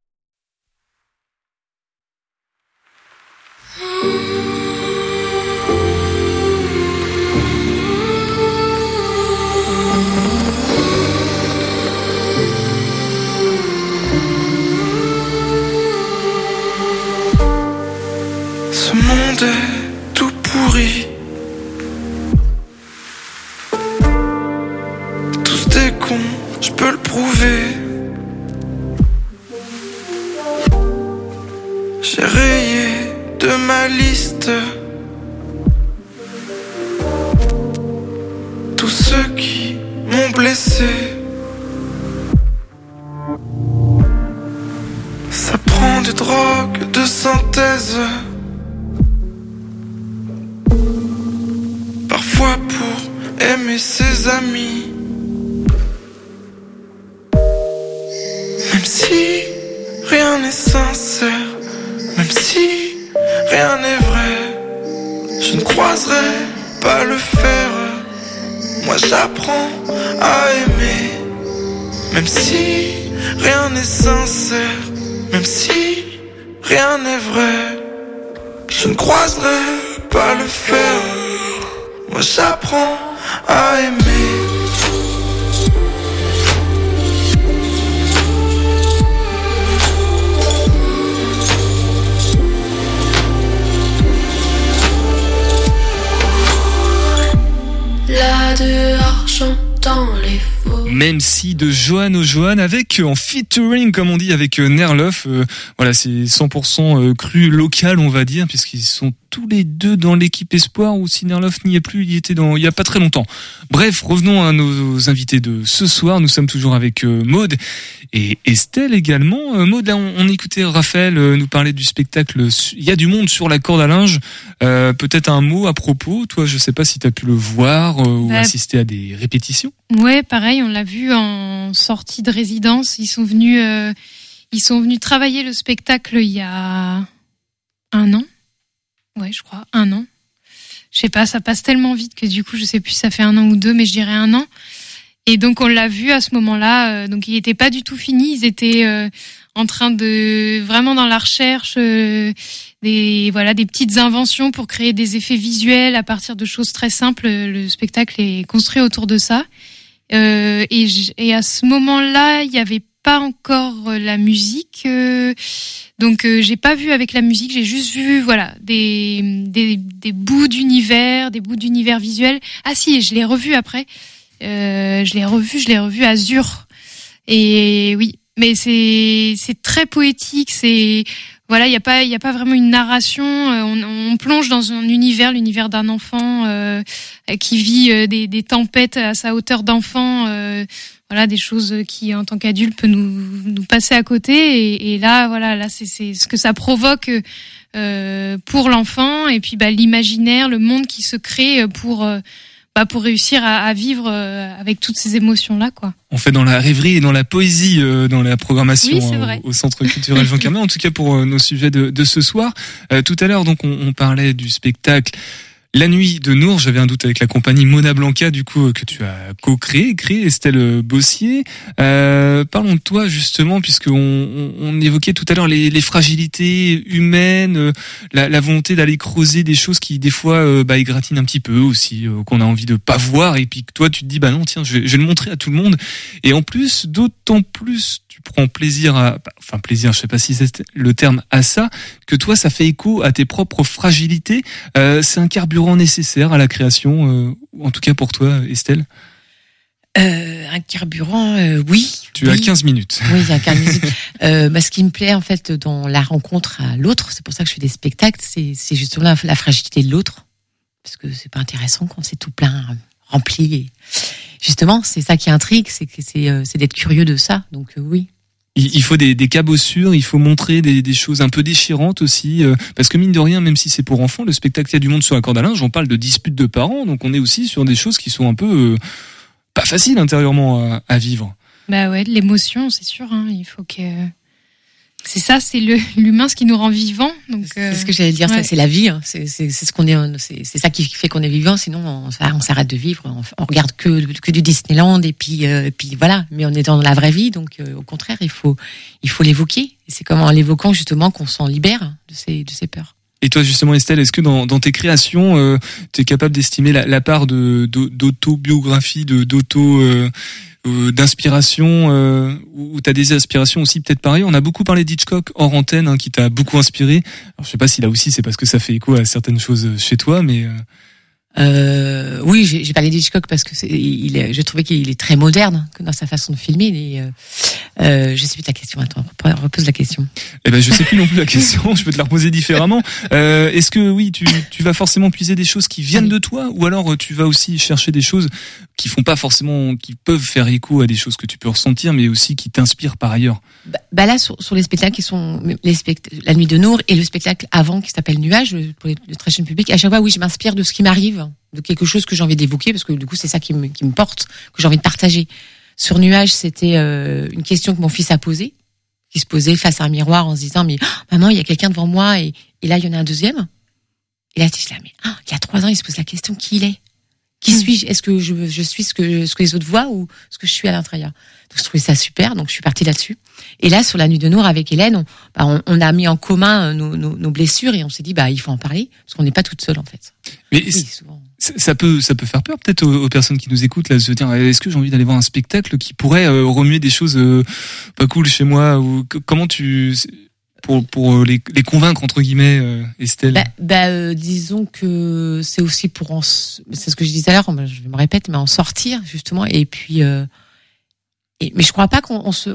Speaker 11: Ce monde est tout pourri. Tous des cons, je peux le prouver. J'ai rayé de ma liste tous ceux qui m'ont blessé. Ça prend des drogues de synthèse, parfois pour aimer ses amis. Même si rien n'est sincère, même si rien n'est vrai, je ne croiserai pas le fer. Moi j'apprends à aimer. Même si rien n'est sincère, même si rien n'est vrai, je ne croiserai pas le fer. Moi j'apprends à aimer.
Speaker 2: Là dehors, j'entends les faux.
Speaker 4: Même si de Johan au Johan avec en featuring comme on dit avec Nerlof, voilà c'est 100% cru local on va dire puisqu'ils sont tous les deux dans l'équipe Espoir ou si Nerlof n'y est plus, il y était il y a pas très longtemps. Bref, revenons à nos invités de ce soir. Nous sommes toujours avec Maude et Estelle également. Maude, là on écoutait Raphaël nous parler du spectacle Il y a du monde sur la corde à linge. Peut-être un mot à propos. Toi, je sais pas si tu as pu le voir ou assister à des répétitions.
Speaker 8: Ouais, pareil, on l'a vu en sortie de résidence. Ils sont venus travailler le spectacle il y a 1 an. Ouais, je crois, 1 an. Je sais pas, ça passe tellement vite que du coup, je sais plus si ça fait 1 an ou 2, mais je dirais 1 an. Et donc, on l'a vu à ce moment-là. Donc, il était pas du tout fini. Ils étaient en train de vraiment dans la recherche des petites inventions pour créer des effets visuels à partir de choses très simples. Le spectacle est construit autour de ça. Et à ce moment-là, il y avait pas encore la musique, donc j'ai pas vu avec la musique, j'ai juste vu des bouts d'univers, visuels. Ah si, je l'ai revu après. Je l'ai revu Azur. Et oui, mais c'est très poétique, il y a pas vraiment une narration, on plonge dans un univers, l'univers d'un enfant qui vit des tempêtes à sa hauteur d'enfant, des choses qui en tant qu'adulte peut nous passer à côté et là c'est ce que ça provoque pour l'enfant et puis l'imaginaire, le monde qui se crée pour réussir à vivre avec toutes ces émotions-là, quoi.
Speaker 4: On fait dans la rêverie et dans la poésie dans la programmation au Centre culturel Jean Carmet, en tout cas pour nos sujets de ce soir. Tout à l'heure, donc, on parlait du spectacle La nuit de Nour, j'avais un doute avec la compagnie Mona Blanca, du coup, que tu as créé Estelle Bossier. Parlons de toi, justement, puisqu'on évoquait tout à l'heure les fragilités humaines, la volonté d'aller creuser des choses qui, des fois, égratignent un petit peu aussi, qu'on a envie de pas voir, et puis que toi, tu te dis, non, tiens, je vais le montrer à tout le monde. Et en plus, d'autant plus, tu prends plaisir plaisir, je sais pas si c'est le terme, à ça, que toi, ça fait écho à tes propres fragilités. C'est un carburant nécessaire à la création, en tout cas pour toi, Estelle?
Speaker 9: Un carburant, oui.
Speaker 4: Tu as 15 minutes.
Speaker 9: Oui, il y a 15 minutes. Ce qui me plaît, en fait, dans la rencontre à l'autre, c'est pour ça que je fais des spectacles, c'est justement la fragilité de l'autre. Parce que c'est pas intéressant quand c'est tout plein, rempli. Et justement, c'est ça qui intrigue, c'est d'être curieux de ça. Donc, oui.
Speaker 4: Il faut des cabossures, il faut montrer des choses un peu déchirantes aussi, parce que mine de rien, même si c'est pour enfants, le spectacle Il y a du monde sur la corde à linge, on parle de disputes de parents, donc on est aussi sur des choses qui sont un peu pas faciles intérieurement à vivre.
Speaker 8: Bah ouais, de l'émotion, c'est sûr. Il faut que c'est ça, c'est l'humain, ce qui nous rend vivants. Donc
Speaker 9: c'est ce que j'allais dire,
Speaker 8: ouais.
Speaker 9: C'est la vie. C'est ce qu'on est, c'est ça qui fait qu'on est vivant. Sinon, on s'arrête de vivre. On regarde que du Disneyland et puis voilà. Mais on est dans la vraie vie, donc au contraire, il faut l'évoquer. Et c'est comme en l'évoquant justement qu'on s'en libère de ces peurs.
Speaker 4: Et toi justement, Estelle, est-ce que dans tes créations, tu es capable d'estimer la part d'autobiographie, d'inspiration, ou t'as des aspirations aussi peut-être pareilles? On a beaucoup parlé d'Hitchcock hors antenne, qui t'a beaucoup inspiré. Alors, je sais pas si là aussi c'est parce que ça fait écho à certaines choses chez toi, mais
Speaker 9: oui, j'ai parlé d'Hitchcock parce que je trouvais qu'il est très moderne dans sa façon de filmer. Je sais plus ta question. Attends, repose la question.
Speaker 4: Je sais plus non plus la question. Je peux te la reposer différemment. Est-ce que oui, tu vas forcément puiser des choses qui viennent de toi, ou alors tu vas aussi chercher des choses qui font pas forcément, qui peuvent faire écho à des choses que tu peux ressentir, mais aussi qui t'inspirent par ailleurs?
Speaker 9: Là, sur les spectacles qui sont La Nuit de Nour et le spectacle avant qui s'appelle Nuages pour le très jeune public, à chaque fois, oui, je m'inspire de ce qui m'arrive, de quelque chose que j'ai envie d'évoquer, parce que du coup, c'est ça qui me porte, que j'ai envie de partager. Sur Nuages, c'était une question que mon fils a posée, qui se posait face à un miroir en se disant, mais maman, il y a quelqu'un devant moi, et là, il y en a un deuxième. Et là, je dis, il y a 3 ans, il se pose la question, qui il est? Qui suis-je? Est-ce que je suis ce que les autres voient, ou ce que je suis à l'intérieur? Donc, je trouvais ça super, donc je suis partie là-dessus. Et là, sur La Nuit de Nour, avec Hélène, on a mis en commun nos blessures, et on s'est dit, il faut en parler, parce qu'on n'est pas toute seule, en fait.
Speaker 4: Mais
Speaker 9: oui, souvent.
Speaker 4: Ça peut faire peur peut-être aux personnes qui nous écoutent, là, de se dire, est-ce que j'ai envie d'aller voir un spectacle qui pourrait remuer des choses pas cool chez moi, ou comment tu, pour les convaincre, entre guillemets, Estelle?
Speaker 9: Disons que c'est aussi c'est ce que je disais tout à l'heure, je me répète, mais en sortir justement, et puis mais je crois pas qu'on se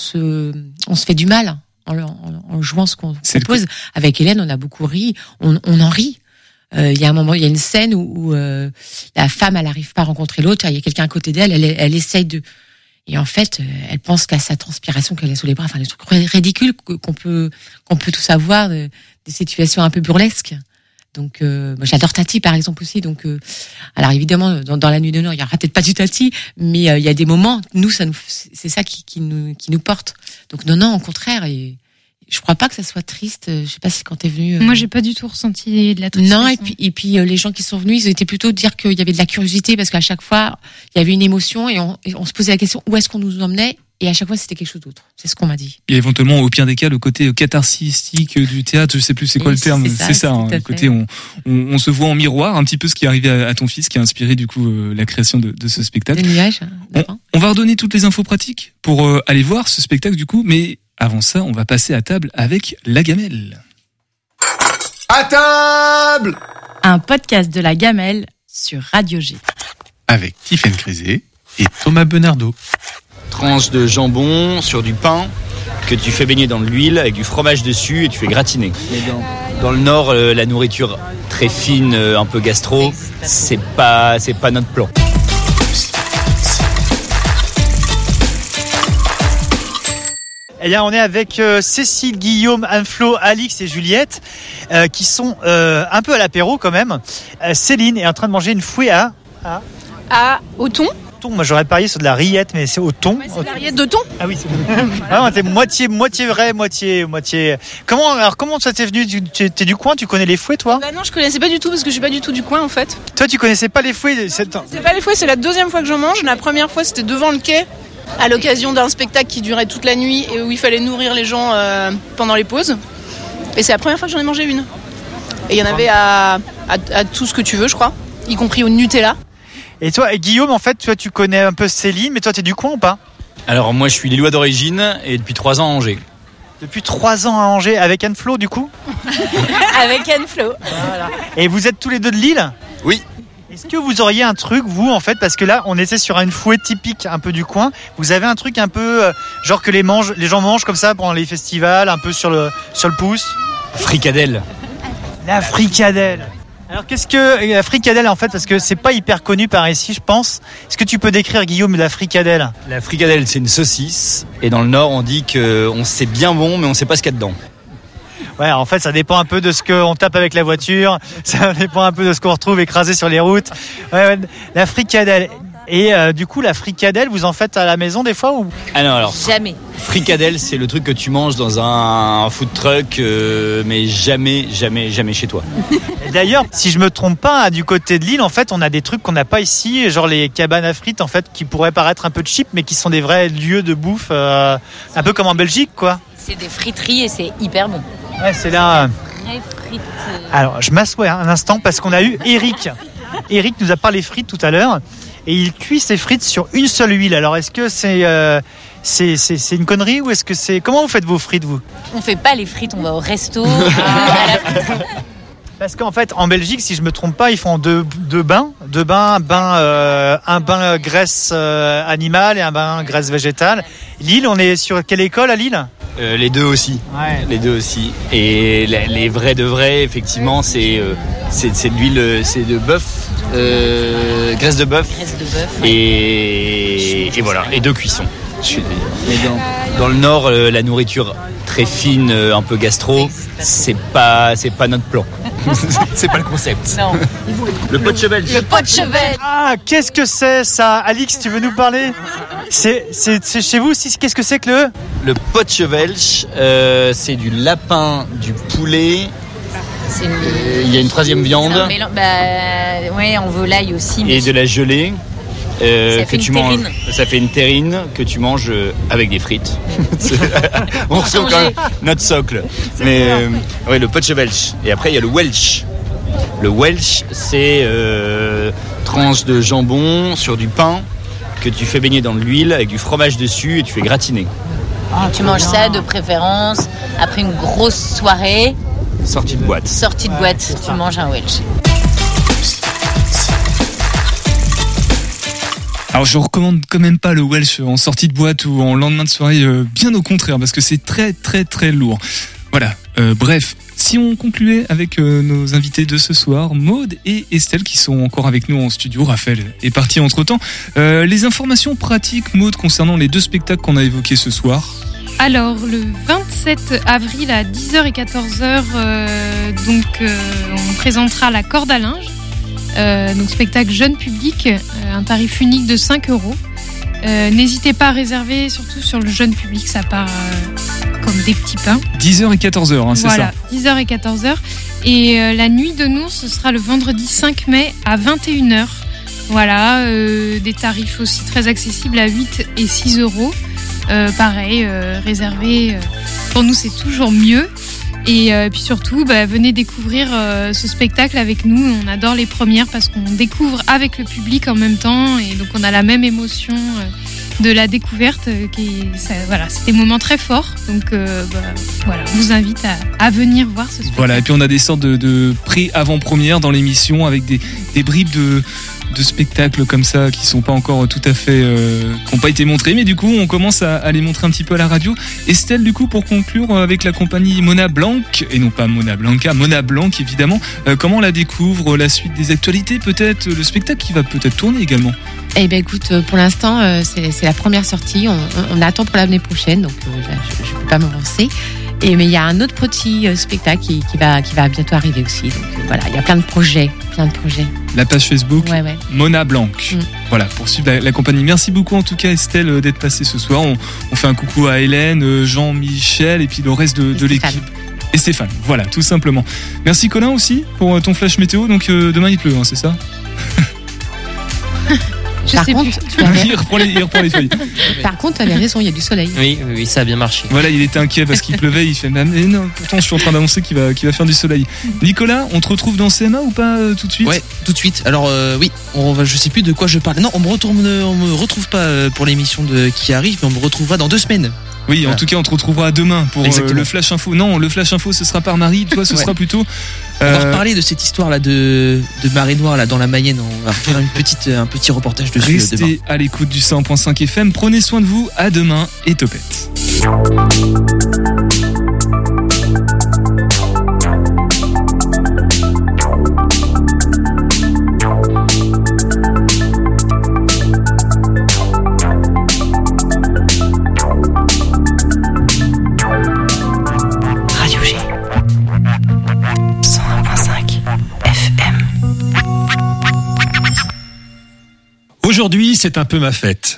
Speaker 9: fait du mal en jouant ce qu'on propose. Avec Hélène, on a beaucoup ri, on en rit. Il y a un moment, il y a une scène où la femme, elle arrive pas à rencontrer l'autre, il y a quelqu'un à côté d'elle, elle essaye de, et en fait, elle pense qu'à sa transpiration qu'elle a sous les bras, des trucs ridicules qu'on peut tous avoir, des situations un peu burlesques. Donc, j'adore Tati, par exemple, aussi. Donc, alors évidemment, dans La Nuit de Nour, il y aura peut-être pas du Tati, mais il y a des moments, c'est ça qui nous porte. Donc, non, au contraire, et je crois pas que ça soit triste. Je sais pas si quand t'es venu.
Speaker 8: Moi, j'ai pas du tout ressenti de la tristesse.
Speaker 9: Non, et puis les gens qui sont venus, ils étaient plutôt de dire qu'il y avait de la curiosité, parce qu'à chaque fois, il y avait une émotion, et on se posait la question, où est-ce qu'on nous emmenait? Et à chaque fois, c'était quelque chose d'autre. C'est ce qu'on m'a dit.
Speaker 4: Il y a éventuellement, au pire des cas, le côté catharsistique du théâtre. Je sais plus c'est quoi le terme. C'est ça. Le côté, on se voit en miroir, un petit peu ce qui est arrivé à ton fils, qui a inspiré du coup la création de ce spectacle.
Speaker 9: Des nuages.
Speaker 4: On va redonner toutes les infos pratiques pour aller voir ce spectacle du coup, mais avant ça, on va passer à table avec La Gamelle.
Speaker 7: À table!
Speaker 13: Un podcast de La Gamelle sur Radio G.
Speaker 14: Avec Tiffaine Crisé et Thomas Benardo.
Speaker 15: Tranche de jambon sur du pain que tu fais baigner dans de l'huile avec du fromage dessus et tu fais gratiner. Mais dans le Nord, la nourriture très fine, un peu gastro, c'est pas notre plan.
Speaker 16: Eh bien, on est avec Cécile, Guillaume, Anne-Flo, Alix et Juliette qui sont un peu à l'apéro quand même. Céline est en train de manger une fouée au thon. thon. Moi, j'aurais parié sur de la rillette, mais c'est au thon.
Speaker 17: C'est de la rillette de thon.
Speaker 16: Ah oui, c'est moitié vrai, moitié. Comment ça t'est venu? T'es du coin, tu connais les fouets, toi?
Speaker 17: Bah non, je connaissais pas du tout parce que je suis pas du tout du coin en fait.
Speaker 16: Toi, tu connaissais pas les fouets?
Speaker 17: C'est pas les fouets, c'est la deuxième fois que j'en mange. La première fois, c'était devant le quai, à l'occasion d'un spectacle qui durait toute la nuit et où il fallait nourrir les gens pendant les pauses. Et c'est la première fois que j'en ai mangé une. Et il y en avait à tout ce que tu veux, je crois, y compris au Nutella.
Speaker 16: Et toi, Guillaume, en fait, tu connais un peu Céline, mais toi, t'es du coin ou pas?
Speaker 15: Alors moi, je suis lillois d'origine et depuis 3 ans à Angers.
Speaker 16: Depuis 3 ans à Angers, avec Anne-Flo, du coup?
Speaker 17: Avec Anne-Flo.
Speaker 16: Voilà. Et vous êtes tous les deux de Lille?
Speaker 15: Oui.
Speaker 16: Est-ce que vous auriez un truc, vous, en fait, parce que là, on était sur une fouet typique un peu du coin. Vous avez un truc un peu, genre que les gens mangent comme ça pendant les festivals, un peu sur le pouce?
Speaker 15: Fricadelle.
Speaker 16: La fricadelle. Alors qu'est-ce que la fricadelle en fait, parce que c'est pas hyper connu par ici, je pense. Est-ce que tu peux décrire, Guillaume, la fricadelle?
Speaker 15: La fricadelle, c'est une saucisse, et dans le Nord, on dit qu'on sait bien bon, mais on sait pas ce qu'il y a dedans.
Speaker 16: Ouais, en fait, ça dépend un peu de ce qu'on tape avec la voiture, ça dépend un peu de ce qu'on retrouve écrasé sur les routes. Ouais, la fricadelle. Et du coup, la fricadelle, vous en faites à la maison des fois ou?
Speaker 15: Ah non, alors.
Speaker 17: Jamais.
Speaker 15: Fricadelle, c'est le truc que tu manges dans un food truck, mais jamais chez toi.
Speaker 16: Et d'ailleurs, si je me trompe pas, du côté de Lille, en fait, on a des trucs qu'on n'a pas ici, genre les cabanes à frites, en fait, qui pourraient paraître un peu cheap, mais qui sont des vrais lieux de bouffe, un peu comme en Belgique, quoi.
Speaker 18: C'est des friteries et c'est hyper bon.
Speaker 16: Ouais, c'est là.
Speaker 18: Très frites.
Speaker 16: Alors, je m'assois un instant parce qu'on a eu Eric. Eric nous a parlé frites tout à l'heure. Et il cuit ses frites sur une seule huile. Alors, est-ce que c'est une connerie ou est-ce que c'est... Comment vous faites vos frites, vous?
Speaker 18: On fait pas les frites, on va au resto.
Speaker 16: Parce qu'en fait, en Belgique, si je me trompe pas, ils font deux bains. Un bain graisse animale et un bain graisse végétale. Lille, on est sur quelle école à Lille?
Speaker 15: Les deux aussi.
Speaker 16: Ouais.
Speaker 15: Les deux aussi. Et les vrais de vrais, effectivement, c'est de l'huile, c'est de bœuf. Graisse de bœuf. Et voilà, et 2 cuissons. Mais dans le Nord, la nourriture très fine, un peu gastro, c'est pas notre plan. C'est pas le concept.
Speaker 18: Non.
Speaker 15: Le pot de chevel.
Speaker 18: Le pot de chevel.
Speaker 8: Ah,
Speaker 16: qu'est-ce que c'est ça? Alix, tu veux nous parler? C'est chez vous aussi, qu'est-ce que c'est que
Speaker 15: le pot de chevel? C'est du lapin, du poulet. Il y a une troisième viande.
Speaker 18: Ouais, en volaille aussi.
Speaker 15: Et de la gelée. Que tu manges, ça fait une terrine que tu manges avec des frites. On retrouve quand même notre socle. Mais ouais, le pot de Welsh. Et après il y a le Welsh. Le Welsh, c'est tranche de jambon sur du pain que tu fais baigner dans de l'huile avec du fromage dessus et tu fais gratiner.
Speaker 18: Tu manges ça de préférence après une grosse soirée.
Speaker 15: Sortie de boîte.
Speaker 18: Tu manges un Welsh.
Speaker 4: Alors je recommande quand même pas le Welsh en sortie de boîte ou en lendemain de soirée, bien au contraire, parce que c'est très très très lourd. Voilà, bref, si on concluait avec nos invités de ce soir, Maude et Estelle qui sont encore avec nous en studio, Raphaël est parti entre temps. Les informations pratiques, Maude, concernant les 2 spectacles qu'on a évoqués ce soir.
Speaker 8: Alors, le 27 avril à 10h et 14h, on présentera La Corde à linge. Donc spectacle jeune public, un tarif unique de 5 €. N'hésitez pas à réserver, surtout sur le jeune public, ça part comme des petits pains.
Speaker 4: 10h et 14h, hein, c'est
Speaker 8: voilà,
Speaker 4: ça.
Speaker 8: 10h et 14h. Et la nuit de Nours, ce sera le vendredi 5 mai à 21h. Voilà, des tarifs aussi très accessibles à 8 et 6 €. Pareil, réserver, pour nous c'est toujours mieux. Et puis surtout, venez découvrir ce spectacle avec nous. On adore les premières parce qu'on découvre avec le public en même temps. Et donc on a la même émotion de la découverte. C'est des moments très forts. Donc on vous invite à venir voir ce spectacle.
Speaker 4: Voilà, et puis on a des sortes de pré-avant-première dans l'émission avec des bribes de spectacles comme ça qui sont pas encore tout à fait qui n'ont pas été montrés, mais du coup on commence à les montrer un petit peu à la radio. Estelle, du coup, pour conclure avec la compagnie Mona Blanc, et non pas Mona Blanca, Mona Blanc évidemment, comment on la découvre, la suite des actualités, peut-être le spectacle qui va peut-être tourner également?
Speaker 9: Eh ben écoute, pour l'instant c'est la première sortie, on attend pour l'année prochaine, donc je peux pas m'avancer. Mais il y a un autre petit spectacle qui va bientôt arriver aussi. Donc voilà, il y a plein de projets.
Speaker 4: La page Facebook
Speaker 9: Ouais.
Speaker 4: Mona Blanc. Voilà, pour suivre la compagnie. Merci beaucoup en tout cas Estelle d'être passée ce soir. On fait un coucou à Hélène, Jean-Michel et puis le reste de l'équipe. Et Stéphane, voilà, tout simplement. Merci Colin aussi pour ton flash météo. Donc demain il pleut, hein, c'est ça?
Speaker 9: Par contre,
Speaker 4: il reprend les feuilles.
Speaker 9: Par contre, tu avais raison, il y a du soleil.
Speaker 5: Oui, ça a bien marché.
Speaker 4: Voilà, il était inquiet parce qu'il pleuvait. Il fait, mais non, pourtant je suis en train d'annoncer qu'il va faire du soleil. Nicolas, on te retrouve dans CMA ou pas tout de suite?
Speaker 6: Ouais, tout de suite. Alors oui, je sais plus de quoi je parle. Non, on me retrouve pas pour l'émission qui arrive, mais on me retrouvera dans 2 semaines.
Speaker 4: Oui, en tout cas, on te retrouvera demain pour le Flash Info. Non, le Flash Info, ce sera par Marie. Toi, ce sera plutôt...
Speaker 6: On va reparler de cette histoire là de marée noire là dans la Mayenne. On va faire un petit reportage dessus.
Speaker 4: Restez à l'écoute du 100.5 FM. Prenez soin de vous. À demain et topette.
Speaker 3: Radio G. 101.5 FM.
Speaker 19: Aujourd'hui, c'est un peu ma fête.